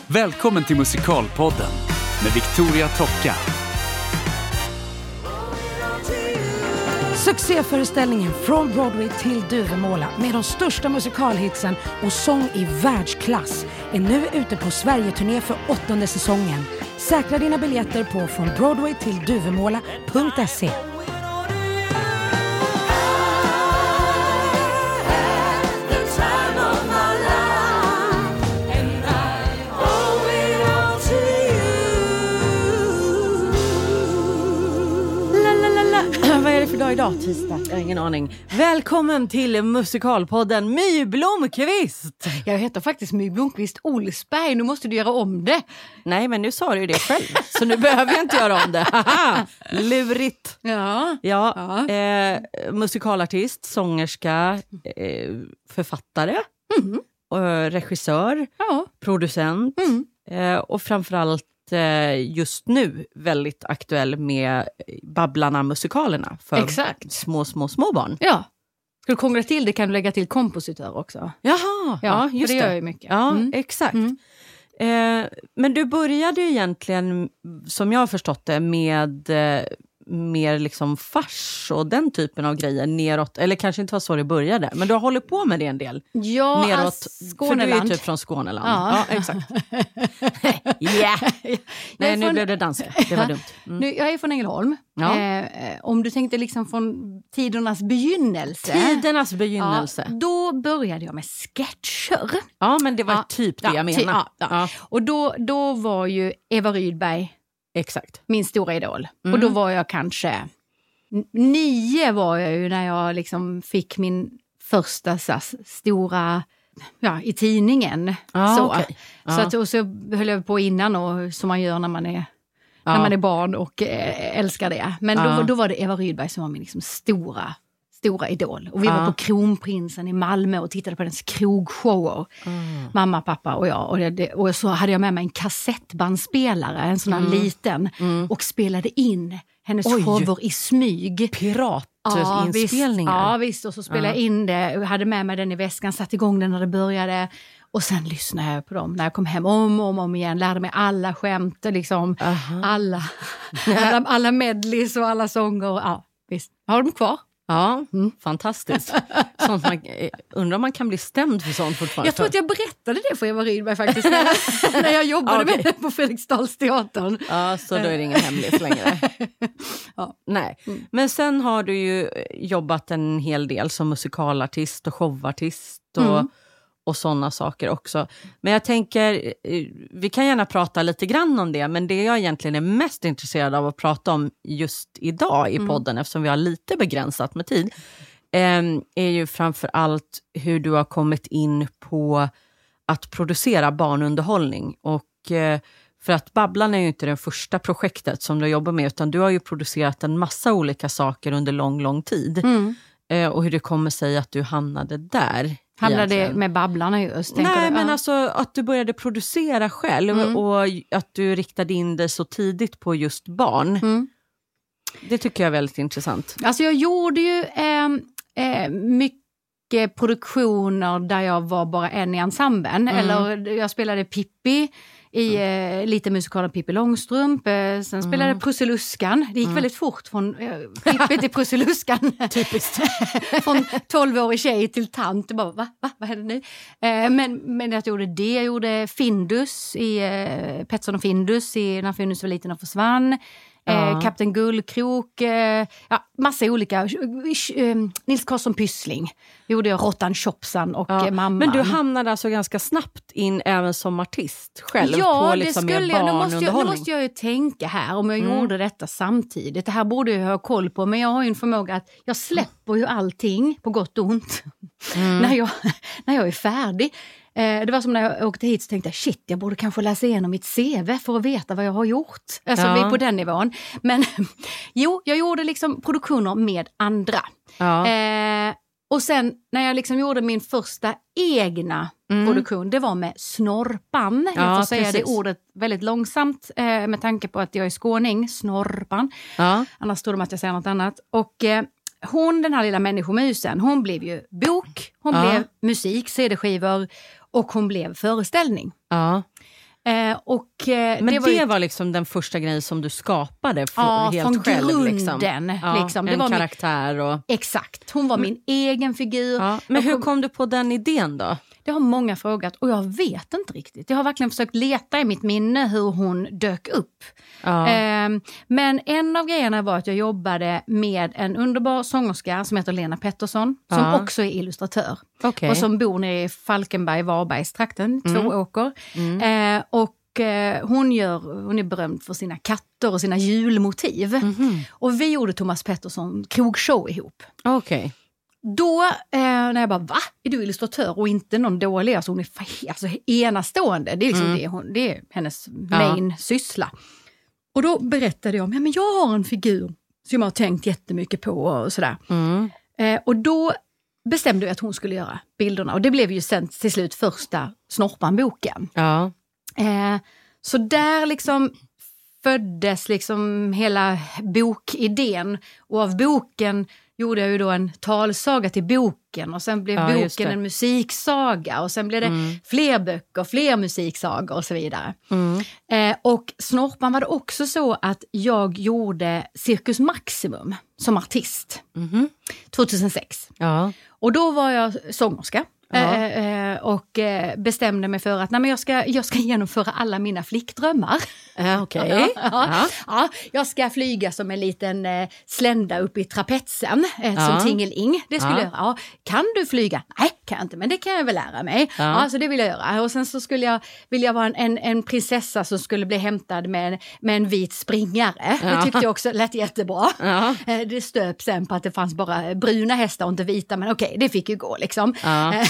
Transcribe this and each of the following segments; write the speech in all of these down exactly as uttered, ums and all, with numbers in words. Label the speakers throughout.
Speaker 1: Välkommen till Musikalpodden med Victoria Tocka.
Speaker 2: Succéföreställningen Från Broadway till Duvemåla med de största musikalhitsen och sång i världsklass är nu ute på Sverige-turné för åttonde säsongen. Säkra dina biljetter på från broadway till duvemåla punkt se.
Speaker 3: Vad är det för dag idag? Tisdag? Jag har ingen aning. Välkommen till Musikalpodden My Blomqvist.
Speaker 2: Jag heter faktiskt My Blomqvist Olsberg. Nu måste du göra om det.
Speaker 3: Nej, men nu sa du ju det själv. Så nu behöver jag inte göra om det. Haha, lurigt.
Speaker 2: Ja.
Speaker 3: Ja,
Speaker 2: ja.
Speaker 3: Eh, musikalartist, sångerska, eh, författare,
Speaker 2: Mm.
Speaker 3: och regissör,
Speaker 2: Ja.
Speaker 3: producent
Speaker 2: Mm.
Speaker 3: eh, och framförallt just nu väldigt aktuell med Babblarna-musikalerna för
Speaker 2: Exakt.
Speaker 3: små, små, små barn.
Speaker 2: Ja. Ska du krångla till det kan du lägga till kompositör också.
Speaker 3: Jaha,
Speaker 2: Ja,
Speaker 3: ja,
Speaker 2: för
Speaker 3: just
Speaker 2: det
Speaker 3: det.
Speaker 2: gör ju mycket.
Speaker 3: Ja,
Speaker 2: Mm.
Speaker 3: exakt.
Speaker 2: Mm.
Speaker 3: Eh, men du började ju egentligen, som jag har förstått det, med eh, mer liksom fars och den typen av grejer neråt. Eller kanske inte var så det började, men du har hållit på med det en del.
Speaker 2: Ja,
Speaker 3: Neråt,
Speaker 2: alltså,
Speaker 3: för du är ju
Speaker 2: Skåneland.
Speaker 3: typ från Skåneland.
Speaker 2: Ja.
Speaker 3: Ja, exakt. Yeah. Nej, nu
Speaker 2: från-
Speaker 3: blev det danska. Det var dumt. Mm.
Speaker 2: Nu, jag är från Ängelholm.
Speaker 3: Ja.
Speaker 2: Eh, om du tänkte liksom från tidernas begynnelse.
Speaker 3: Tidernas begynnelse.
Speaker 2: Ja, då började jag med sketcher.
Speaker 3: Ja, men det var
Speaker 2: Ja.
Speaker 3: typ det
Speaker 2: Ja,
Speaker 3: jag
Speaker 2: ty-
Speaker 3: menar.
Speaker 2: ja, ja.
Speaker 3: Ja,
Speaker 2: Och då, då var ju Eva Rydberg
Speaker 3: exakt.
Speaker 2: min stora idol.
Speaker 3: Mm.
Speaker 2: Och då var jag kanske... n- Nio var jag ju när jag liksom fick min första så, här, stora... Ja, i tidningen.
Speaker 3: Ah,
Speaker 2: så
Speaker 3: okej.
Speaker 2: så
Speaker 3: Ja.
Speaker 2: att, och så höll jag på innan och som man gör när man är...
Speaker 3: Ja.
Speaker 2: När man är barn och eh, älskar det. Men
Speaker 3: Ja.
Speaker 2: då, då var det Eva Rydberg som var min liksom stora, stora idol. Och vi
Speaker 3: Ja.
Speaker 2: var på Kronprinsen i Malmö och tittade på hennes krogshower.
Speaker 3: Mm.
Speaker 2: Mamma, pappa och jag. Och, det, det, och så hade jag med mig en kassettbandspelare, en sån här liten.
Speaker 3: Mm.
Speaker 2: Och spelade in hennes
Speaker 3: Oj.
Speaker 2: shower i smyg.
Speaker 3: Piratinspelningar.
Speaker 2: Ja, visst. Och så spelade jag in det. Jag hade med mig den i väskan, satte igång den när det började. Och sen lyssnade jag på dem när jag kom hem om och om, om igen. Lärde mig alla skämt, liksom.
Speaker 3: Aha.
Speaker 2: Alla, alla, alla medleys och alla sånger. Ja, visst. Jag har dem kvar.
Speaker 3: Ja,
Speaker 2: Mm.
Speaker 3: fantastiskt. Sånt man, eh, undrar om man kan bli stämd för sånt fortfarande.
Speaker 2: Jag tror att jag berättade det för Eva Rydberg faktiskt. När jag, när jag jobbade
Speaker 3: Okej.
Speaker 2: med det på Fredriksdalsteatern.
Speaker 3: Ja, så då är det ingen hemlis längre.
Speaker 2: Ja.
Speaker 3: Nej,
Speaker 2: Mm.
Speaker 3: men sen har du ju jobbat en hel del som musikalartist och showartist och,
Speaker 2: Mm.
Speaker 3: och sådana saker också. Men jag tänker, eh, vi kan gärna prata lite grann om det, men det jag egentligen är mest intresserad av att prata om just idag i
Speaker 2: Mm.
Speaker 3: podden, eftersom vi har lite begränsat med tid, eh, är ju framför allt hur du har kommit in på att producera barnunderhållning. Och eh, för att Babblarna är ju inte det första projektet som du jobbar med, utan du har ju producerat en massa olika saker under lång, lång tid.
Speaker 2: Mm.
Speaker 3: Eh, och hur det kommer sig att du hamnade där.
Speaker 2: Handlade det
Speaker 3: egentligen.
Speaker 2: med Babblarna just? tänker
Speaker 3: Nej,
Speaker 2: du?
Speaker 3: men
Speaker 2: Ja.
Speaker 3: alltså att du började producera själv
Speaker 2: Mm.
Speaker 3: och att du riktade in dig så tidigt på just barn.
Speaker 2: Mm.
Speaker 3: Det tycker jag är väldigt intressant.
Speaker 2: Alltså jag gjorde ju eh, eh, mycket produktioner där jag var bara en i ensemblen.
Speaker 3: Mm.
Speaker 2: Eller jag spelade Pippi i eh, lite musikalen Pippi Långstrump. Eh, sen spelade jag Prussiluskan. Det gick
Speaker 3: Mm.
Speaker 2: väldigt fort från eh, Pippi till Prussiluskan.
Speaker 3: Typiskt.
Speaker 2: Från tolvårig tjej till tant. Det bara, va? va? Vad händer nu? Eh, men, men jag gjorde det. Jag gjorde Findus i eh, Pettersson och Findus i När Findus var liten och försvann.
Speaker 3: Ja.
Speaker 2: Eh, Kapten Guldkrok, eh, ja, massa olika. Eh, Nils Karlsson Pyssling gjorde jag Råttan Chopsan och
Speaker 3: Ja,
Speaker 2: eh, Mamman.
Speaker 3: men du hamnade alltså ganska snabbt in även som artist själv
Speaker 2: Ja,
Speaker 3: på liksom
Speaker 2: det
Speaker 3: mer
Speaker 2: skulle jag. Nu måste jag, nu
Speaker 3: barnunderhållning.
Speaker 2: måste jag ju tänka här om jag
Speaker 3: Mm.
Speaker 2: gjorde detta samtidigt. Det här borde jag ha koll på, men jag har ju en förmåga att jag släpper ju allting på gott och ont
Speaker 3: Mm.
Speaker 2: när, jag, när jag är färdig. Eh, det var som när jag åkte hit så tänkte jag, shit, jag borde kanske läsa igenom mitt C V för att veta vad jag har gjort. Alltså
Speaker 3: Ja.
Speaker 2: vi är på den nivån. Men jo, jag gjorde liksom produktioner med andra.
Speaker 3: Ja.
Speaker 2: Eh, och sen när jag liksom gjorde min första egna
Speaker 3: Mm.
Speaker 2: produktion, det var med Snorpan.
Speaker 3: Ja,
Speaker 2: jag får säga
Speaker 3: precis.
Speaker 2: det ordet väldigt långsamt eh, med tanke på att jag är skåning, Snorpan.
Speaker 3: Ja.
Speaker 2: Annars tror de att jag säger något annat. Och eh, hon, den här lilla människomusen, hon blev ju bok, hon
Speaker 3: Ja.
Speaker 2: blev musik, C D-skivor och hon blev föreställning.
Speaker 3: Ja.
Speaker 4: Eh, och, eh,
Speaker 3: Men
Speaker 4: det
Speaker 3: det
Speaker 4: var,
Speaker 3: var,
Speaker 4: ju,
Speaker 3: var liksom den första grejen som du skapade för,
Speaker 4: ja,
Speaker 3: helt
Speaker 4: från
Speaker 3: själv?
Speaker 4: grunden.
Speaker 3: Liksom. Ja,
Speaker 4: Liksom. Det
Speaker 3: en
Speaker 4: var
Speaker 3: karaktär och...
Speaker 4: Min, exakt, hon var min mm. egen figur.
Speaker 3: Ja, men hur kom... kom du på den idén då?
Speaker 4: Det har många frågat och jag vet inte riktigt. Jag har verkligen försökt leta i mitt minne hur hon dök upp.
Speaker 3: Ja.
Speaker 4: Eh, men en av grejerna var att jag jobbade med en underbar sångerska som heter Lena Pettersson. Som
Speaker 3: ja.
Speaker 4: också är illustratör.
Speaker 3: Okay.
Speaker 4: Och som bor nere i Falkenberg, Varbergstrakten, mm. två åker.
Speaker 3: Mm.
Speaker 4: Eh, och eh, hon, gör, hon är berömd för sina katter och sina julmotiv. Mm. Och vi gjorde Thomas Pettersson krogshow ihop.
Speaker 3: Okej. Okay.
Speaker 4: Då, eh, när jag bara, va? Är du illustratör och inte någon dålig? Alltså hon är alltså, enastående. Det är, liksom
Speaker 3: mm.
Speaker 4: det, hon, det är hennes main ja. syssla. Och då berättade jag om, ja men jag har en figur som jag har tänkt jättemycket på och sådär.
Speaker 3: Mm.
Speaker 4: Eh, och då bestämde jag att hon skulle göra bilderna. Och det blev ju sen till slut första Snorpan-boken.
Speaker 3: Ja.
Speaker 4: Eh, så där liksom föddes liksom hela bokidén. Och av boken gjorde jag ju då en talsaga till boken. Och sen blev
Speaker 3: ja,
Speaker 4: boken en musiksaga. Och sen blev det mm. fler böcker, fler musiksagor och så vidare.
Speaker 3: Mm.
Speaker 4: Eh, och Snorpan var det också så att jag gjorde Cirkus Maximum som artist.
Speaker 3: Mm.
Speaker 4: tjugohundrasex.
Speaker 3: Ja.
Speaker 4: Och då var jag sångerska.
Speaker 3: Ja.
Speaker 4: Eh, och eh, bestämde mig för att nej, men jag, ska, jag ska genomföra alla mina flickdrömmar.
Speaker 3: Ja, okej. Okay.
Speaker 4: ja, ja. ja, jag ska flyga som en liten eh, slända upp i trapetsen eh,
Speaker 3: ja.
Speaker 4: som Tingeling. Det skulle
Speaker 3: ja.
Speaker 4: jag göra. Ja, kan du flyga? Nej, kan jag inte, men det kan jag väl lära mig. Ja. Ja, så det vill jag göra. Och sen så skulle jag vilja vara en, en, en prinsessa som skulle bli hämtad med en, med en vit springare. Ja. Det tyckte jag också lät jättebra.
Speaker 3: Ja.
Speaker 4: Eh, det stöp sen på att det fanns bara bruna hästar och inte vita, men okej, okay, det fick ju gå liksom.
Speaker 3: Ja.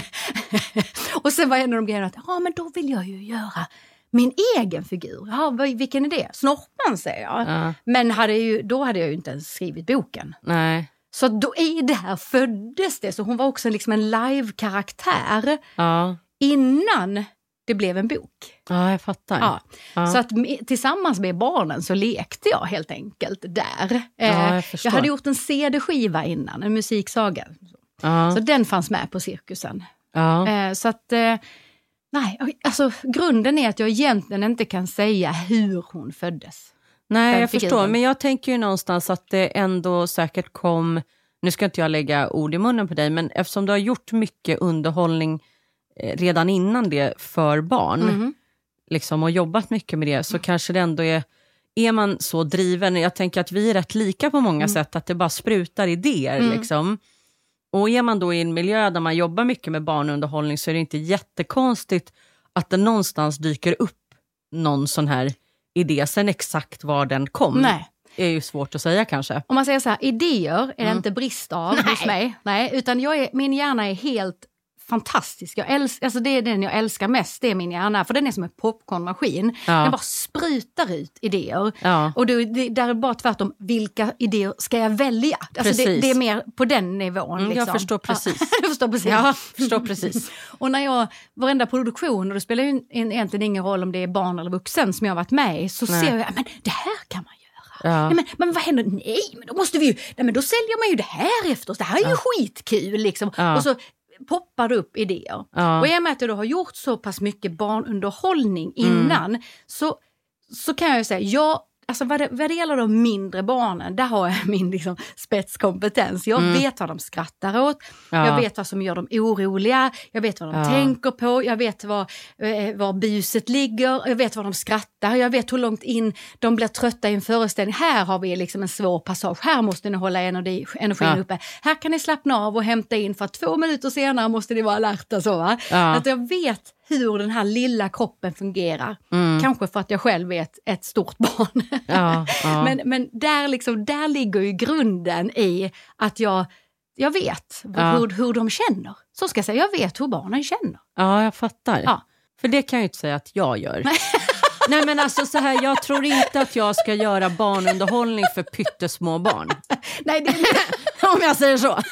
Speaker 4: Och sen var en av de grejerna att ja, men då vill jag ju göra min egen figur. Ja, vilken är det? Snorpan, säger jag.
Speaker 3: Ja.
Speaker 4: Men hade ju, då hade jag ju inte ens skrivit boken.
Speaker 3: Nej.
Speaker 4: Så då i det här föddes det. Så hon var också liksom en live-karaktär
Speaker 3: ja.
Speaker 4: innan det blev en bok.
Speaker 3: Ja, jag fattar.
Speaker 4: Ja.
Speaker 3: Ja.
Speaker 4: Så att tillsammans med barnen så lekte jag helt enkelt där.
Speaker 3: Ja, jag,
Speaker 4: jag hade gjort en C D-skiva innan, en musiksaga.
Speaker 3: Ja.
Speaker 4: Så den fanns med på cirkusen.
Speaker 3: Ja.
Speaker 4: Eh, så att, eh, nej, alltså grunden är att jag egentligen inte kan säga hur hon föddes.
Speaker 3: Nej, jag figuren. förstår. Men jag tänker ju någonstans att det ändå säkert kom, nu ska inte jag lägga ord i munnen på dig, men eftersom du har gjort mycket underhållning eh, redan innan det för barn, mm. liksom, och jobbat mycket med det, så mm. kanske det ändå är, är man så driven, jag tänker att vi är rätt lika på många mm. sätt, att det bara sprutar idéer mm. liksom. Och är man då i en miljö där man jobbar mycket med barnunderhållning, så är det inte jättekonstigt att det någonstans dyker upp någon sån här idé. Sen exakt var den kom.
Speaker 4: Nej.
Speaker 3: Är ju svårt att säga kanske.
Speaker 4: Om man säger så här, idéer är det
Speaker 3: mm.
Speaker 4: inte brist av
Speaker 3: Nej.
Speaker 4: hos mig. Nej, utan jag är, min hjärna är helt fantastisk. Jag älskar, alltså det är den jag älskar mest, det är min hjärna. För den är som en popcornmaskin.
Speaker 3: Ja.
Speaker 4: Den bara sprutar ut idéer.
Speaker 3: Ja.
Speaker 4: Och det, det, där är bara tvärtom, vilka idéer ska jag välja? Alltså det, det är mer på den nivån.
Speaker 3: Mm,
Speaker 4: liksom.
Speaker 3: Jag förstår precis.
Speaker 4: Ja, jag förstår precis.
Speaker 3: Ja, förstår precis.
Speaker 4: Och när jag, varenda produktion, och det spelar ju egentligen ingen roll om det är barn eller vuxen som jag har varit med i, så Nej. ser jag, men det här kan man göra.
Speaker 3: Ja.
Speaker 4: Nej, men, men vad händer? Nej, men då måste vi ju, nej, men då säljer man ju det här efter oss. Det här är ju ja. skitkul liksom.
Speaker 3: Ja.
Speaker 4: Och så poppar det upp idéer.
Speaker 3: Ja.
Speaker 4: Och i och med att du har gjort så pass mycket barnunderhållning innan, mm. så, så kan jag ju säga, jag, alltså vad det, vad det gäller de mindre barnen, där har jag min liksom, spetskompetens. Jag mm. vet vad de skrattar åt,
Speaker 3: ja.
Speaker 4: jag vet vad som gör dem oroliga, jag vet vad de
Speaker 3: ja.
Speaker 4: tänker på, jag vet var, eh, var buset ligger, jag vet vad de skrattar, jag vet hur långt in de blir trötta i en föreställning. Här har vi liksom en svår passage, här måste ni hålla energi, energin ja. uppe. Här kan ni slappna av och hämta in, för att två minuter senare måste ni vara alerta. Så, va?
Speaker 3: Ja.
Speaker 4: Att jag vet hur den här lilla kroppen fungerar.
Speaker 3: Mm.
Speaker 4: Kanske för att jag själv är ett, ett stort barn.
Speaker 3: Ja, ja.
Speaker 4: Men, men där, liksom, där ligger ju grunden i att jag, jag vet
Speaker 3: ja.
Speaker 4: hur, hur de känner. Så ska jag säga, jag vet hur barnen känner.
Speaker 3: Ja, jag fattar.
Speaker 4: Ja.
Speaker 3: För det kan jag ju inte säga att jag gör. Nej, men alltså så här, jag tror inte att jag ska göra barnunderhållning för pyttesmå barn.
Speaker 4: Nej, det är inte.
Speaker 3: Om jag säger så.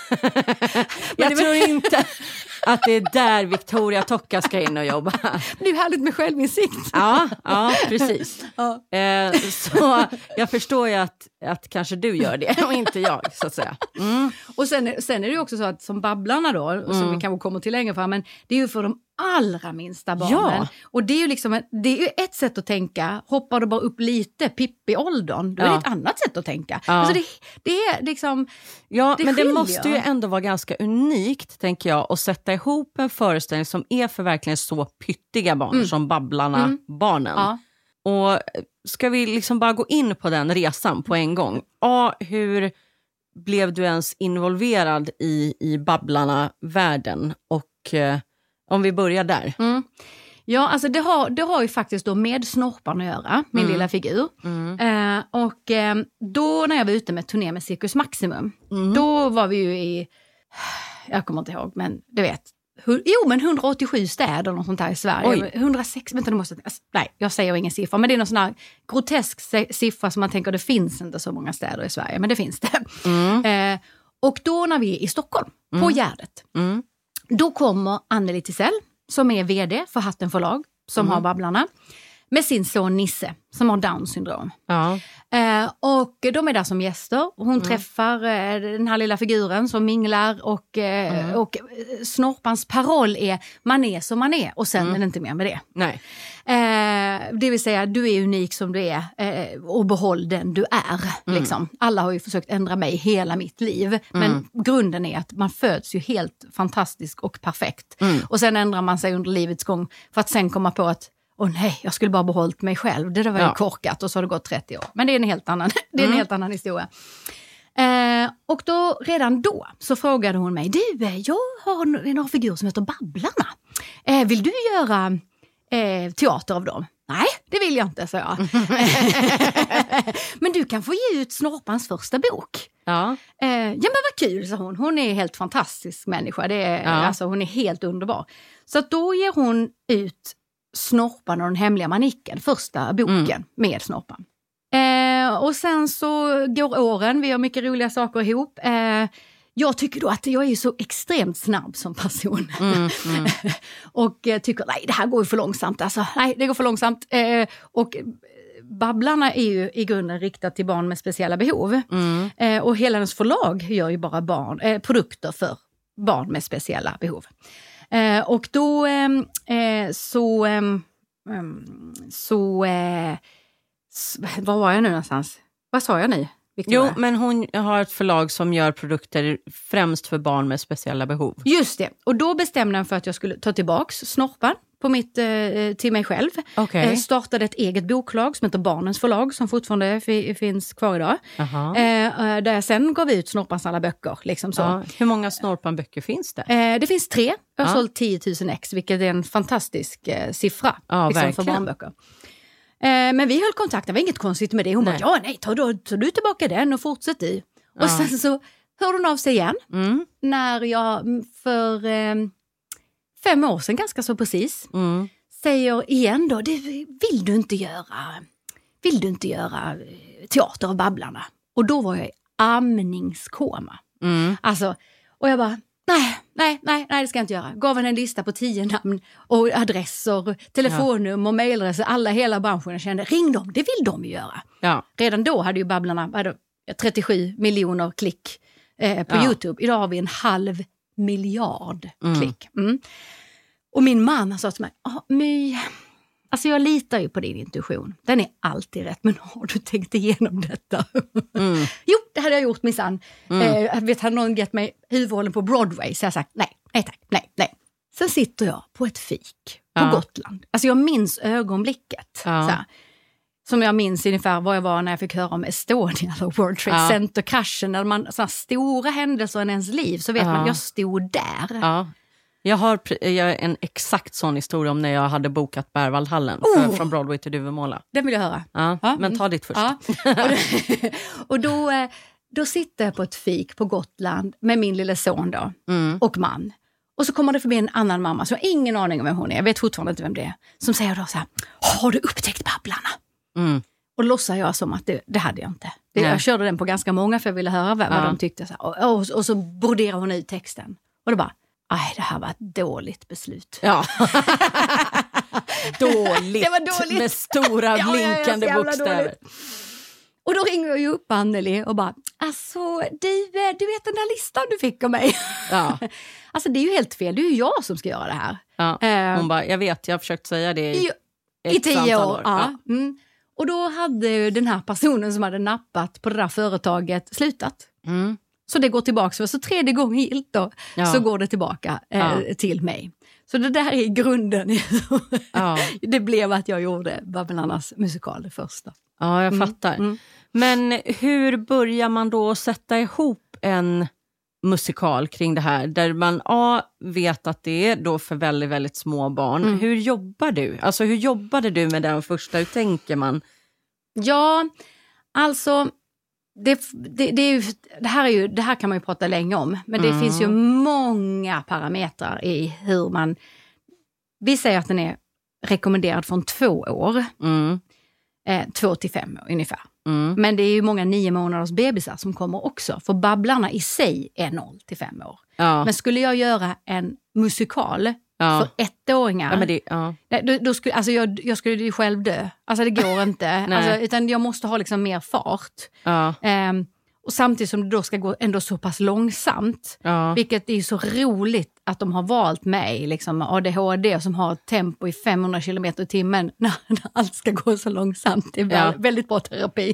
Speaker 3: Jag
Speaker 4: det
Speaker 3: tror inte att det är där Victoria Tocka ska in och jobba.
Speaker 4: Det är ju härligt med självinsikt.
Speaker 3: Ja, ja precis.
Speaker 4: Ja.
Speaker 3: Eh, så jag förstår ju att, att kanske du gör det och inte jag, så att säga. Mm.
Speaker 4: Och sen, sen är det ju också så att som Babblarna då, mm. som vi kanske kommer till längre fram, men det är ju för de allra minsta barnen. Ja. Och det är ju liksom det är ju ett sätt att tänka. Hoppar du bara upp lite, Pippi-åldern, då ja. är det ett annat sätt att tänka. Ja. Alltså det, det är liksom...
Speaker 3: Ja, det men
Speaker 4: skiljer.
Speaker 3: Det måste ju ändå vara ganska unikt, tänker jag, att sätta ihop en föreställning som är för verkligen så pyttiga barn mm. som Babblarna-barnen. Mm. Ja. Och ska vi liksom bara gå in på den resan på en gång? Ja, hur blev du ens involverad i, i Babblarna-världen? Och eh, om vi börjar där.
Speaker 4: Mm. Ja, alltså det har, det har ju faktiskt då med Snorpan att göra, min mm. lilla figur. Mm. Eh, och eh, då när jag var ute med turné med Cirkus Maximum, mm. då var vi ju i, jag kommer inte ihåg, men du vet, hu, jo men hundraåttiosju städer och sånt här i Sverige. Oj. hundrasex, vänta, måste, alltså, nej, jag säger ingen siffra, men det är någon sån här grotesk siffra som man tänker, det finns inte så många städer i Sverige, men det finns det. Mm. Eh, och då när vi är i Stockholm, mm. på Gärdet, mm. då kommer Anneli Tisell, som är vd för Hatten förlag, som mm. har Babblarna, med sin son Nisse, som har Downs syndrom. Ja. Eh, och de är där som gäster. Hon mm. träffar eh, den här lilla figuren som minglar. Och, eh, mm. och Snorpans paroll är, man är som man är. Och sen mm. är det inte mer med det.
Speaker 3: Nej.
Speaker 4: Eh, det vill säga, du är unik som du är. Eh, och behåll den du är. Mm. Liksom. Alla har ju försökt ändra mig hela mitt liv. Men mm. grunden är att man föds ju helt fantastisk och perfekt. Mm. Och sen ändrar man sig under livets gång. För att sen komma på att åh nej, jag skulle bara behållit mig själv. Det där var ju ja. korkat och så har det gått trettio år. Men det är en helt annan, det är en mm. helt annan historia. Eh, och då, redan då så frågade hon mig, du, jag har några figurer som heter Babblarna. Eh, vill du göra eh, teater av dem? Nej, det vill jag inte, sa jag. Men du kan få ge ut Snorpans första bok. Ja. Eh, ja men vad kul, sa hon. Hon är en helt fantastisk människa. Det är, ja. alltså, hon är helt underbar. Så att då ger hon ut Snorpan och den hemliga manicken, första boken mm. med Snorpan. Eh, och sen så går åren, vi gör mycket roliga saker ihop. Eh, jag tycker då att jag är så extremt snabb som person. Mm, mm. och eh, tycker, nej det här går ju för långsamt. Alltså, nej, det går för långsamt. Eh, och Babblarna är ju i grunden riktat till barn med speciella behov. Mm. Eh, och hela hennes förlag gör ju bara barn, eh, produkter för barn med speciella behov. Eh, och då eh, så, eh, så eh, var var jag nu någonstans? Vad sa jag nu? Victoria?
Speaker 3: Jo, men hon har ett förlag som gör produkter främst för barn med speciella behov.
Speaker 4: Just det, och då bestämde jag för att jag skulle ta tillbaks Snorpan på mitt, eh, till mig själv. Okay. Eh, startade ett eget boklag som heter Barnens förlag, som fortfarande f- finns kvar idag. Eh, där jag sen gav ut Snorpans alla böcker. Liksom så.
Speaker 3: Ja. Hur många Snorpan-böcker finns det?
Speaker 4: Eh, det finns tre. Jag har ja. sålt tio tusen ex, vilket är en fantastisk eh, siffra
Speaker 3: ja,
Speaker 4: liksom, för barnböcker. Eh, men vi höll kontakt, det var inget konstigt med det. Hon nej. bara, ja nej, ta, då, ta du tillbaka den och fortsätt i. Och ja. sen så hörde hon av sig igen. Mm. När jag för... Eh, Fem år sedan, ganska så precis, mm. säger igen då, det vill du inte göra, vill du inte göra teater av Babblarna? Och då var jag i amningskoma. Mm. Alltså, och jag bara, nej, nej, nej, nej, det ska jag inte göra. Gav henne en lista på tio namn och adresser, telefonnummer, ja. mejladresser, alla hela branschen. Jag kände, ring dem, det vill de ju göra. Ja. Redan då hade ju Babblarna hade trettiosju miljoner klick eh, på ja. YouTube. Idag har vi en halv miljard klick. Mm. Och min man sa till mig, ah, My, alltså jag litar ju på din intuition. Den är alltid rätt, men har du tänkt igenom detta? Mm. Jo, det hade jag gjort minsann. Mm. Eh, vet, hade någon gett mig huvudrollen på Broadway, så jag sagt nej, nej tack, nej, nej. Sen sitter jag på ett fik på ja. Gotland. Alltså jag minns ögonblicket. Ja. Så här, som jag minns ungefär vad jag var när jag fick höra om Estonia eller World Trade ja. Center-kraschen. När man, sådana stora händelser i ens liv, så vet ja. man att jag stod där.
Speaker 3: Ja. Jag har jag har en exakt sån historia om när jag hade bokat Berwaldhallen oh. från Broadway till Duvemåla.
Speaker 4: Den vill jag höra.
Speaker 3: Ja, ja. Men ta ditt först. Ja.
Speaker 4: Och, då, och då, då sitter jag på ett fik på Gotland med min lilla son då, mm. och man. Och så kommer det förbi en annan mamma som jag har ingen aning om vem hon är. Jag vet fortfarande inte vem det är. Som säger då så här, har du upptäckt Babblarna? Mm. Och låtsar jag som att det, det hade jag inte. Det, jag körde den på ganska många för jag ville höra vad,
Speaker 3: ja.
Speaker 4: vad de tyckte. Så här, och, och, och så broderade hon ut texten. Och då bara, aj, det här var ett dåligt beslut.
Speaker 3: Ja. dåligt.
Speaker 4: Det var dåligt.
Speaker 3: Med stora blinkande ja, ja, bokstäver. Dåligt.
Speaker 4: Och då ringer jag ju upp Anneli och bara, alltså du, du vet den där listan du fick av mig. Ja. Alltså det är ju helt fel, det är ju jag som ska göra det här.
Speaker 3: Ja. Hon uh, bara, jag vet, jag har försökt säga det i,
Speaker 4: i, i tio år. år. Ja. Ja. Mm. Och då hade den här personen som hade nappat på det där företaget slutat. Mm. Så det går tillbaka, så tredje gången gilt då, ja. Så går det tillbaka eh, ja. till mig. Så det där är grunden. Ja. Det blev att jag gjorde Babblarnas musikal det första.
Speaker 3: Ja, jag fattar. Mm. Mm. Men hur börjar man då sätta ihop en musikal kring det här? Där man ja, vet att det är då för väldigt, väldigt små barn. Mm. Hur jobbar du? Alltså hur jobbade du med den första? Hur tänker man?
Speaker 4: Ja, alltså det, det, det, är ju, det, här är ju, det här kan man ju prata länge om. Men det mm. finns ju många parametrar i hur man... Vi säger att den är rekommenderad från två år. Mm. Eh, två till fem år ungefär. Mm. Men det är ju många nio månaders bebisar som kommer också. För Babblarna i sig är noll till fem år. Ja. Men skulle jag göra en musikal ja. för ettåringar. Ja, men det, ja. då, då skulle, alltså jag, jag skulle ju själv dö. Alltså det går inte. Alltså, utan jag måste ha liksom mer fart. Ja. Um, och samtidigt som det då ska gå ändå så pass långsamt. Ja. Vilket är så roligt att de har valt mig, liksom A D H D som har tempo i femhundra kilometer i timmen när, när allt ska gå så långsamt. Det är ja. väldigt bra terapi.